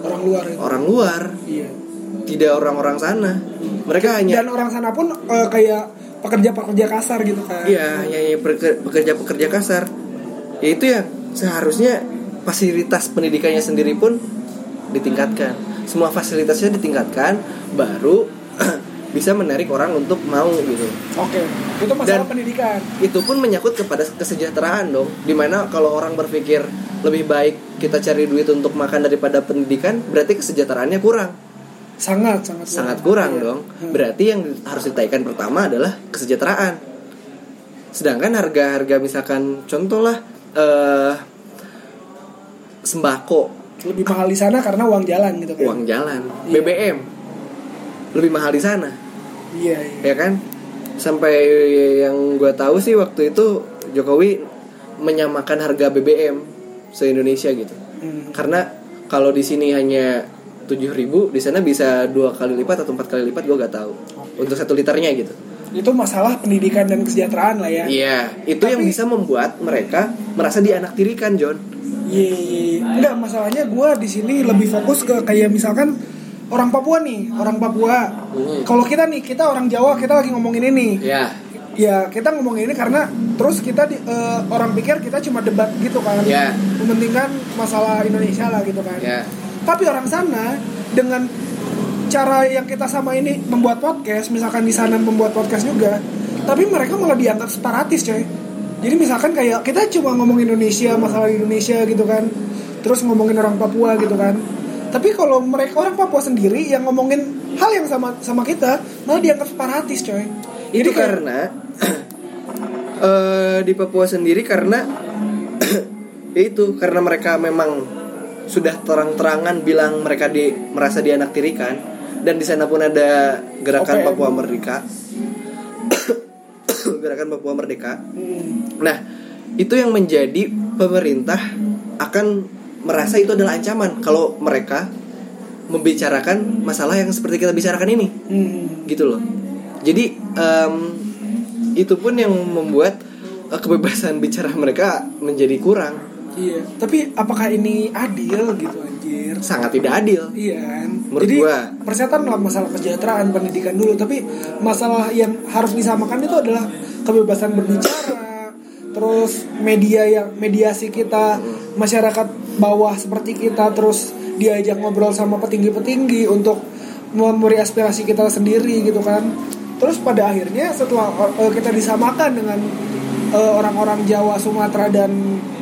orang luar itu. Orang luar. Iya. Tidak orang-orang sana. Mereka hanya dan orang sana pun uh, kayak pekerja-pekerja kasar gitu kan. Iya, hanya pekerja-pekerja kasar. Ya itu ya seharusnya fasilitas pendidikannya sendiri pun ditingkatkan. Semua fasilitasnya ditingkatkan baru bisa menarik orang untuk mau gitu. Oke, itu masalah dan pendidikan. Itu pun menyangkut kepada kesejahteraan dong. Dimana kalau orang berpikir lebih baik kita cari duit untuk makan daripada pendidikan, berarti kesejahteraannya kurang. Sangat sangat kurang. Sangat kurang iya. dong. Berarti yang harus ditaikkan pertama adalah kesejahteraan. Sedangkan harga-harga misalkan contohlah uh, sembako lebih mahal di sana karena uang jalan gitu kan. Uang jalan, iya. B B M lebih mahal di sana. Iya, iya. Ya kan? Sampai yang gue tahu sih waktu itu Jokowi menyamakan harga B B M se-Indonesia gitu. Hmm. Karena kalau di sini hanya tujuh ribu, di sana bisa dua kali lipat atau empat kali lipat, gue gak tau. Okay. Untuk satu liternya gitu. Itu masalah pendidikan dan kesejahteraan lah ya. Iya, itu Tapi, yang bisa membuat mereka merasa dianaktirikan, John. Iya, iya. Enggak, masalahnya gue di sini lebih fokus ke kayak misalkan orang Papua nih, orang Papua. Hmm. Kalau kita nih, kita orang Jawa, kita lagi ngomongin ini. Iya. Ya, kita ngomongin ini karena terus kita di, uh, orang pikir kita cuma debat gitu kan. Iya. Mementingkan masalah Indonesia lah gitu kan. Iya. Tapi orang sana dengan cara yang kita sama ini membuat podcast, misalkan di sana membuat podcast juga, tapi mereka malah dianggap separatis, coy. Jadi misalkan kayak kita cuma ngomongin Indonesia, masalah Indonesia gitu kan, terus ngomongin orang Papua gitu kan. Tapi kalau mereka orang Papua sendiri yang ngomongin hal yang sama sama kita, malah dianggap separatis, coy. Itu Jadi karena uh, di Papua sendiri karena itu karena mereka memang sudah terang-terangan bilang mereka di, merasa dianaktirikan, dan di sana pun ada gerakan okay. Papua Merdeka. Gerakan Papua Merdeka. Hmm. Nah, itu yang menjadi pemerintah akan merasa itu adalah ancaman kalau mereka membicarakan masalah yang seperti kita bicarakan ini. Hmm. Gitu loh. Jadi um, itu pun yang membuat uh, kebebasan bicara mereka menjadi kurang. Iya, tapi apakah ini adil gitu anjir? Sangat tidak adil. Iya kan? Menurut Jadi gua. persetan lah masalah kesejahteraan pendidikan dulu, tapi masalah yang harus disamakan itu adalah kebebasan berbicara, terus media yang mediasi kita, masyarakat bawah seperti kita, terus diajak ngobrol sama petinggi-petinggi untuk memberi aspirasi kita sendiri gitu kan. Terus pada akhirnya setelah uh, kita disamakan dengan uh, orang-orang Jawa, Sumatera dan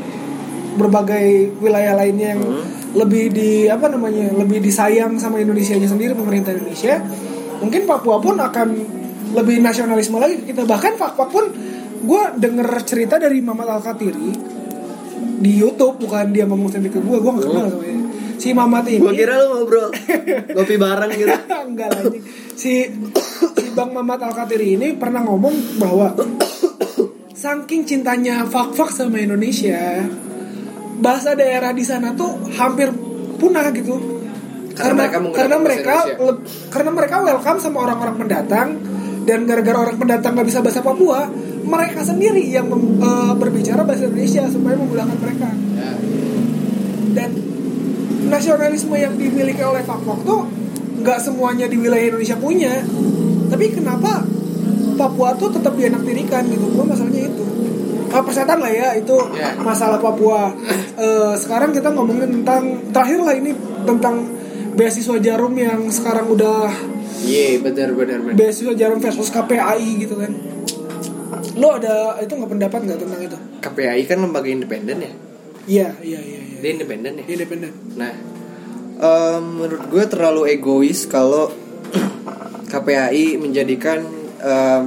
berbagai wilayah lainnya yang hmm. lebih di apa namanya lebih disayang sama Indonesianya sendiri, pemerintah Indonesia, mungkin Papua pun akan lebih nasionalisme lagi kita. Bahkan Papua pun gue denger cerita dari Mamat Al-Katiri di YouTube, bukan dia ngomong sendiri ke gue, gue nggak kenal sama dia. Si Mamat ini, gue kira lu ngobrol ngopi bareng gitu. Enggak lah, si si Bang Mamat Al-Katiri ini pernah ngomong bahwa saking cintanya fak-fak sama Indonesia, bahasa daerah di sana tuh hampir punah gitu. Karena karena karena mereka le, karena mereka welcome sama orang-orang pendatang, dan gara-gara orang pendatang nggak bisa bahasa Papua, mereka sendiri yang mem, e, berbicara bahasa Indonesia supaya memudahkan mereka. Ya. Dan nasionalisme yang dimiliki oleh fak-fak tuh nggak semuanya di wilayah Indonesia punya. Tapi kenapa Papua tuh tetap dianaktirikan gitu? Gua masalahnya itu. Ah, persetan lah ya itu yeah. Masalah Papua. Uh, sekarang kita ngomongin tentang terakhir lah ini tentang beasiswa Jarum yang sekarang udah. Iya, yeah, benar benar benar. Beasiswa Jarum versus K P A I gitu kan. Lo ada itu nggak pendapat nggak tentang itu? K P A I kan lembaga independen ya. Iya iya iya. Ya. Dia independen ya. Independen. Nah, um, menurut gue terlalu egois kalau K P A I menjadikan um,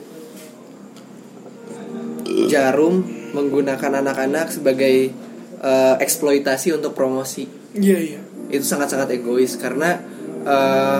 Jarum menggunakan anak-anak sebagai uh, eksploitasi untuk promosi. Iya iya. Itu sangat-sangat egois karena uh,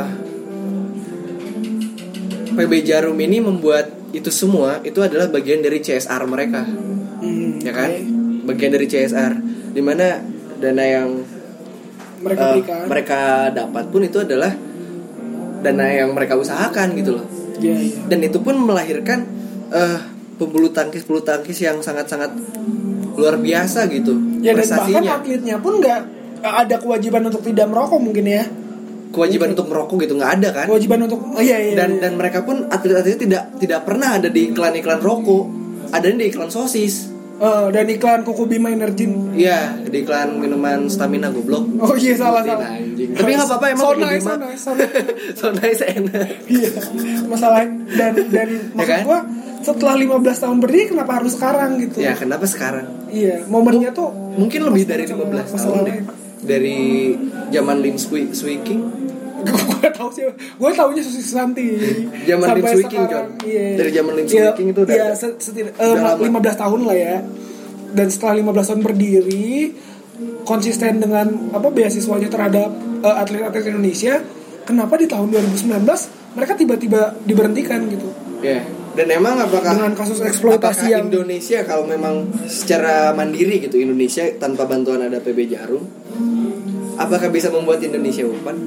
P B Jarum ini membuat itu semua itu adalah bagian dari C S R mereka, hmm, ya kan? Okay. Bagian dari C S R, dimana dana yang mereka uh, berikan, mereka dapat pun itu adalah dana yang mereka usahakan gitu loh. Iya iya. Dan itu pun melahirkan uh, pembulu tangkis pembulu tangkis yang sangat-sangat luar biasa gitu ya, prestasinya. Dan bahkan atletnya pun nggak ada kewajiban untuk tidak merokok mungkin ya. Kewajiban mungkin. Untuk merokok gitu nggak ada kan? Kewajiban untuk oh iya iya. Dan iya. dan mereka pun atlet-atletnya tidak tidak pernah ada di iklan-iklan rokok. Ada di iklan sosis. Uh, dan iklan Koko Bima Energin. Iya, di iklan minuman stamina goblok. Oh iya salah salah. Anjing. Tapi enggak apa-apa emang Koko Bima. So nice enak. Iya. Masalah dan dan maksud ya kan? Gua setelah lima belas tahun berdiri kenapa harus sekarang gitu? Ya, kenapa sekarang? Iya, momennya tuh mungkin lebih dari lima belas tahun deh. Dari zaman Lin Sui King. Gue tau sih, gue taunya Susi Susanti. Zaman Lin Sui King kan. Iya. Dari zaman Lin Sui Iya, King itu udah. Iya, setir, uh, lima belas tahun lah ya. Dan setelah lima belas tahun berdiri, konsisten dengan apa beasiswanya terhadap uh, atlet-atlet Indonesia, kenapa di tahun dua ribu sembilan belas mereka tiba-tiba diberhentikan gitu? Iya. Yeah. Dan emang apakah dengan kasus eksploitasi yang Indonesia kalau memang secara mandiri gitu Indonesia tanpa bantuan ada P B Jarum, apakah bisa membuat Indonesia umpan?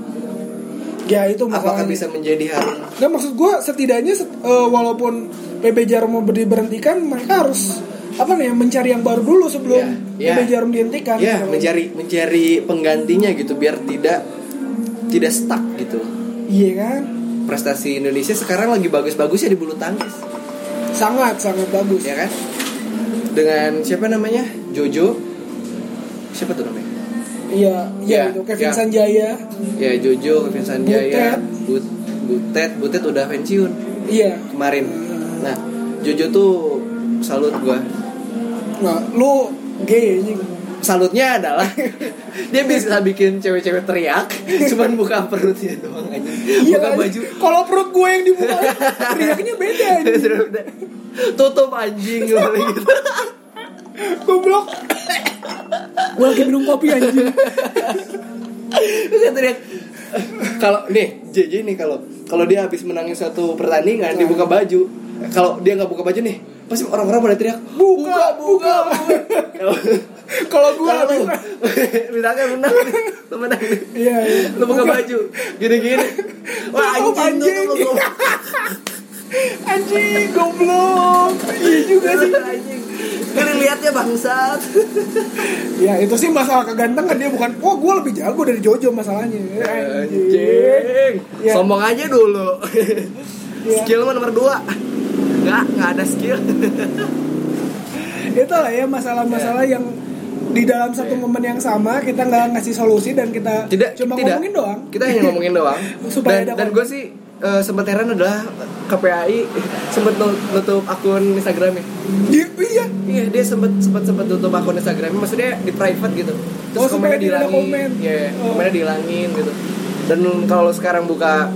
Ya itu masalahnya. Apakah bisa menjadi harum? Nah maksud gue setidaknya uh, walaupun P B Jarum mau diberhentikan, mereka harus apa nih mencari yang baru dulu sebelum yeah, yeah. P B Jarum dihentikan. Ya yeah, mencari mencari penggantinya gitu biar tidak tidak stuck gitu. Iya kan? Prestasi Indonesia sekarang lagi bagus-bagusnya di bulu tangkis. Sangat sangat bagus. Ya kan? Dengan siapa namanya? Jojo. Siapa tuh namanya? Iya, iya ya, itu Kevin ya. Sanjaya. Ya, Jojo, Kevin Sanjaya, Butet, Butet, Butet udah pensiun. Iya. Kemarin. Nah, Jojo tuh salut gua. Nah, lu gay anjing. Salutnya adalah dia bisa bikin cewek-cewek teriak, cuman buka perutnya doang aja. Iya, buka baju. Kalau perut gue yang dibuka, teriaknya beda anjing. Tutup anjing gitu. Goblok. Gue lagi minum kopi anjing. Terus dia teriak. Kalau nih J J nih kalau kalau dia habis menangin satu pertandingan nah. Dia buka baju. Kalau dia nggak buka baju nih, pasti orang-orang pada teriak buka buka. buka. Kalau gue habis misalnya menang, lu menang nih. Iya, iya. Lu buka baju, gini-gini. Wah anjing, anjing. Anjing goblok. Iya juga sih anjing. Kalian lihatnya bangsat. Ya itu sih masalah kegantengan dia bukan. Wah gue lebih jago dari Jojo masalahnya. Anjing. Ya. Sombong aja dulu. Ya. Skill mah nomor dua. Enggak, enggak ada skill. Itu lah ya masalah-masalah ya. Yang di dalam satu ya. Momen yang sama kita nggak ngasih solusi dan kita tidak, cuma tidak. ngomongin doang. Kita hanya ngomongin doang. Supaya dan dan gue sih uh, sempat heran adalah K P A I sempat nutup akun Instagramnya. Iya, iya dia sempat sempat sempat tutup akun Instagramnya, maksudnya di private gitu. Terus oh, komennya dihilangin, komen. ya oh. komennya dihilangin gitu. Dan kalau sekarang buka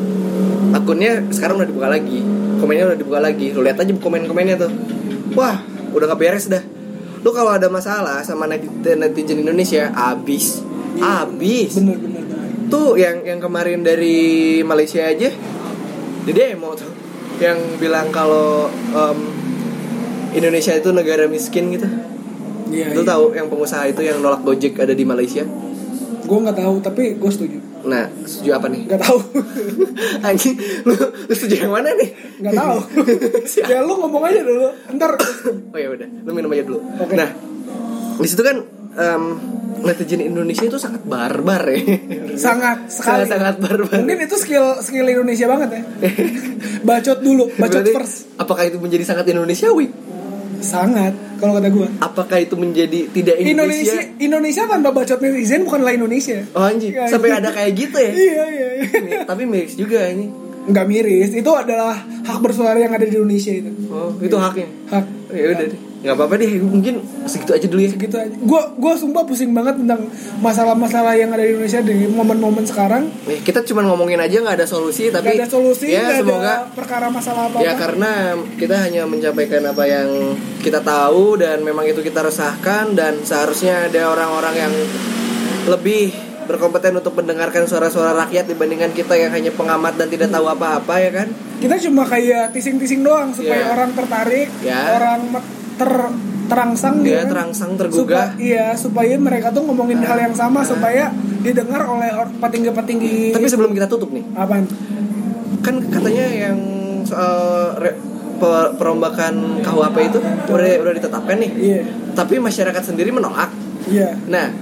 akunnya sekarang udah dibuka lagi, komennya udah dibuka lagi. Lu lihat aja komen-komennya tuh, wah udah nggak beres dah. Lu kalau ada masalah sama netizen, netizen Indonesia, abis, abis. Bener bener. Tuh yang yang kemarin dari Malaysia aja, di demo tuh, yang bilang kalau um, Indonesia itu negara miskin gitu. Iya. Lu iya. tahu yang pengusaha itu yang nolak Gojek ada di Malaysia? Gue nggak tahu, tapi gue setuju. Nah, setuju apa nih? Nggak tahu. Anjing, lu, lu setuju yang mana nih? Nggak tahu. Ya lu ngomong aja dulu. Ntar. Oh ya udah, lu minum aja dulu. Okay. Nah, di situ kan um, netizen Indonesia itu sangat barbar ya. Sangat sekali. Sangat, sangat barbar. Mungkin itu skill skill Indonesia banget ya. Bacot dulu, bacot berarti, first. Apakah itu menjadi sangat Indonesiawi? Sangat, kalau kata gue. Apakah itu menjadi tidak Indonesia? Indonesia, Indonesia tanpa bacot netizen bukanlah Indonesia. Oh anjing, ya, sampai ada kayak gitu ya? Iya, iya, iya. Tapi miris juga ini. Enggak miris, itu adalah hak bersuara yang ada di Indonesia itu. Oh, itu ya. Haknya? Hak. Ya udah deh. Gak apa-apa deh, mungkin segitu aja dulu ya. Segitu aja. Gue gue sumpah pusing banget tentang masalah-masalah yang ada di Indonesia di momen-momen sekarang. Eh, kita cuma ngomongin aja, nggak ada solusi, tapi nggak ada solusi, ya, nggak semoga, ada perkara masalah apa-apa. Ya karena kita hanya menyampaikan apa yang kita tahu dan memang itu kita resahkan, dan seharusnya ada orang-orang yang lebih berkompeten untuk mendengarkan suara-suara rakyat dibandingkan kita yang hanya pengamat dan tidak tahu apa-apa, ya kan? Kita cuma kayak tising-tising doang supaya yeah. orang tertarik, yeah. orang ter terangsang dia gitu. terangsang tergugah. Supa, iya, supaya mereka tuh ngomongin nah, hal yang sama nah. supaya didengar oleh petinggi-petinggi. Tapi sebelum kita tutup nih. Apaan? Kan katanya yang soal re, per, perombakan K U H P itu udah udah ditetapkan nih. Iya. Tapi masyarakat sendiri menolak. Iya. Nah,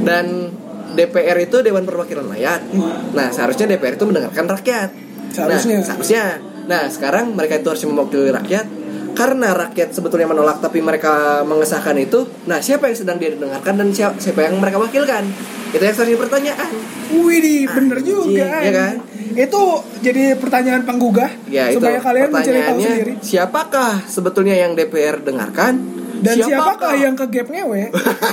Dan D P R itu Dewan Perwakilan Rakyat. Hmm. Nah, seharusnya D P R itu mendengarkan rakyat. Seharusnya. Nah, seharusnya. Nah, sekarang mereka itu harus mewakili rakyat. Karena rakyat sebetulnya menolak tapi mereka mengesahkan itu. Nah, siapa yang sedang dia dengarkan dan siapa, siapa yang mereka wakilkan? Itu yang harus pertanyaan. Wih, bener juga. Ya kan? Itu jadi pertanyaan penggugah ya, supaya kalian mencari tahu sendiri. Siapakah sebetulnya yang D P R dengarkan? Dan siapakah, siapakah yang ke gap ngewe?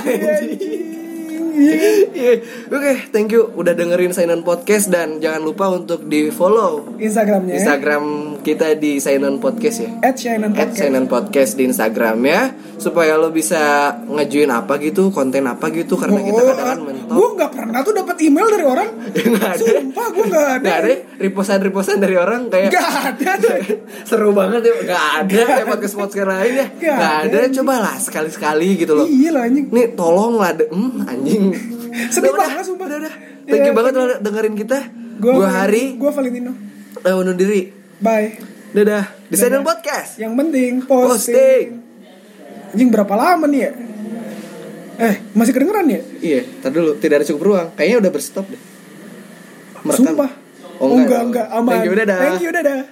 Yeah. Oke, okay, thank you udah dengerin Sainon Podcast dan jangan lupa untuk di follow Instagramnya. Instagram kita di Sainon Podcast ya. at Sainon Podcast. at Sainon Podcast di Instagram ya, supaya lo bisa ngajuin apa gitu, konten apa gitu karena oh, kita kadang-kadang mentok. Gue nggak pernah tuh dapat email dari orang. Nggak ada. Sumpah gue nggak ada. Nggak ada. Riposan-riposan dari orang kayak. Nggak ada. Seru banget ya. Nggak ada kayak podcast podcast lain ya. Nggak ada. Coba lah sekali-sekali gitu loh. Iya lah anjing. Nih tolong lah, de- hmm, anjing. Sedih banget sumpah. Udah, udah. Thank you ya, banget udah dengerin kita. Gue Hari. Gue Valentino. Eh, undur diri. Bye. Dadah. Di Sainon Podcast. Yang penting posting. posting. Anjing berapa lama nih ya? Eh, masih kedengeran ya? Iya, tar dulu. Tidak ada cukup ruang. Kayaknya udah berstop deh. Merekam. Sumpah. Oh, enggak, oh, enggak, enggak. Aman. Thank you, dadah. Thank you, dadah.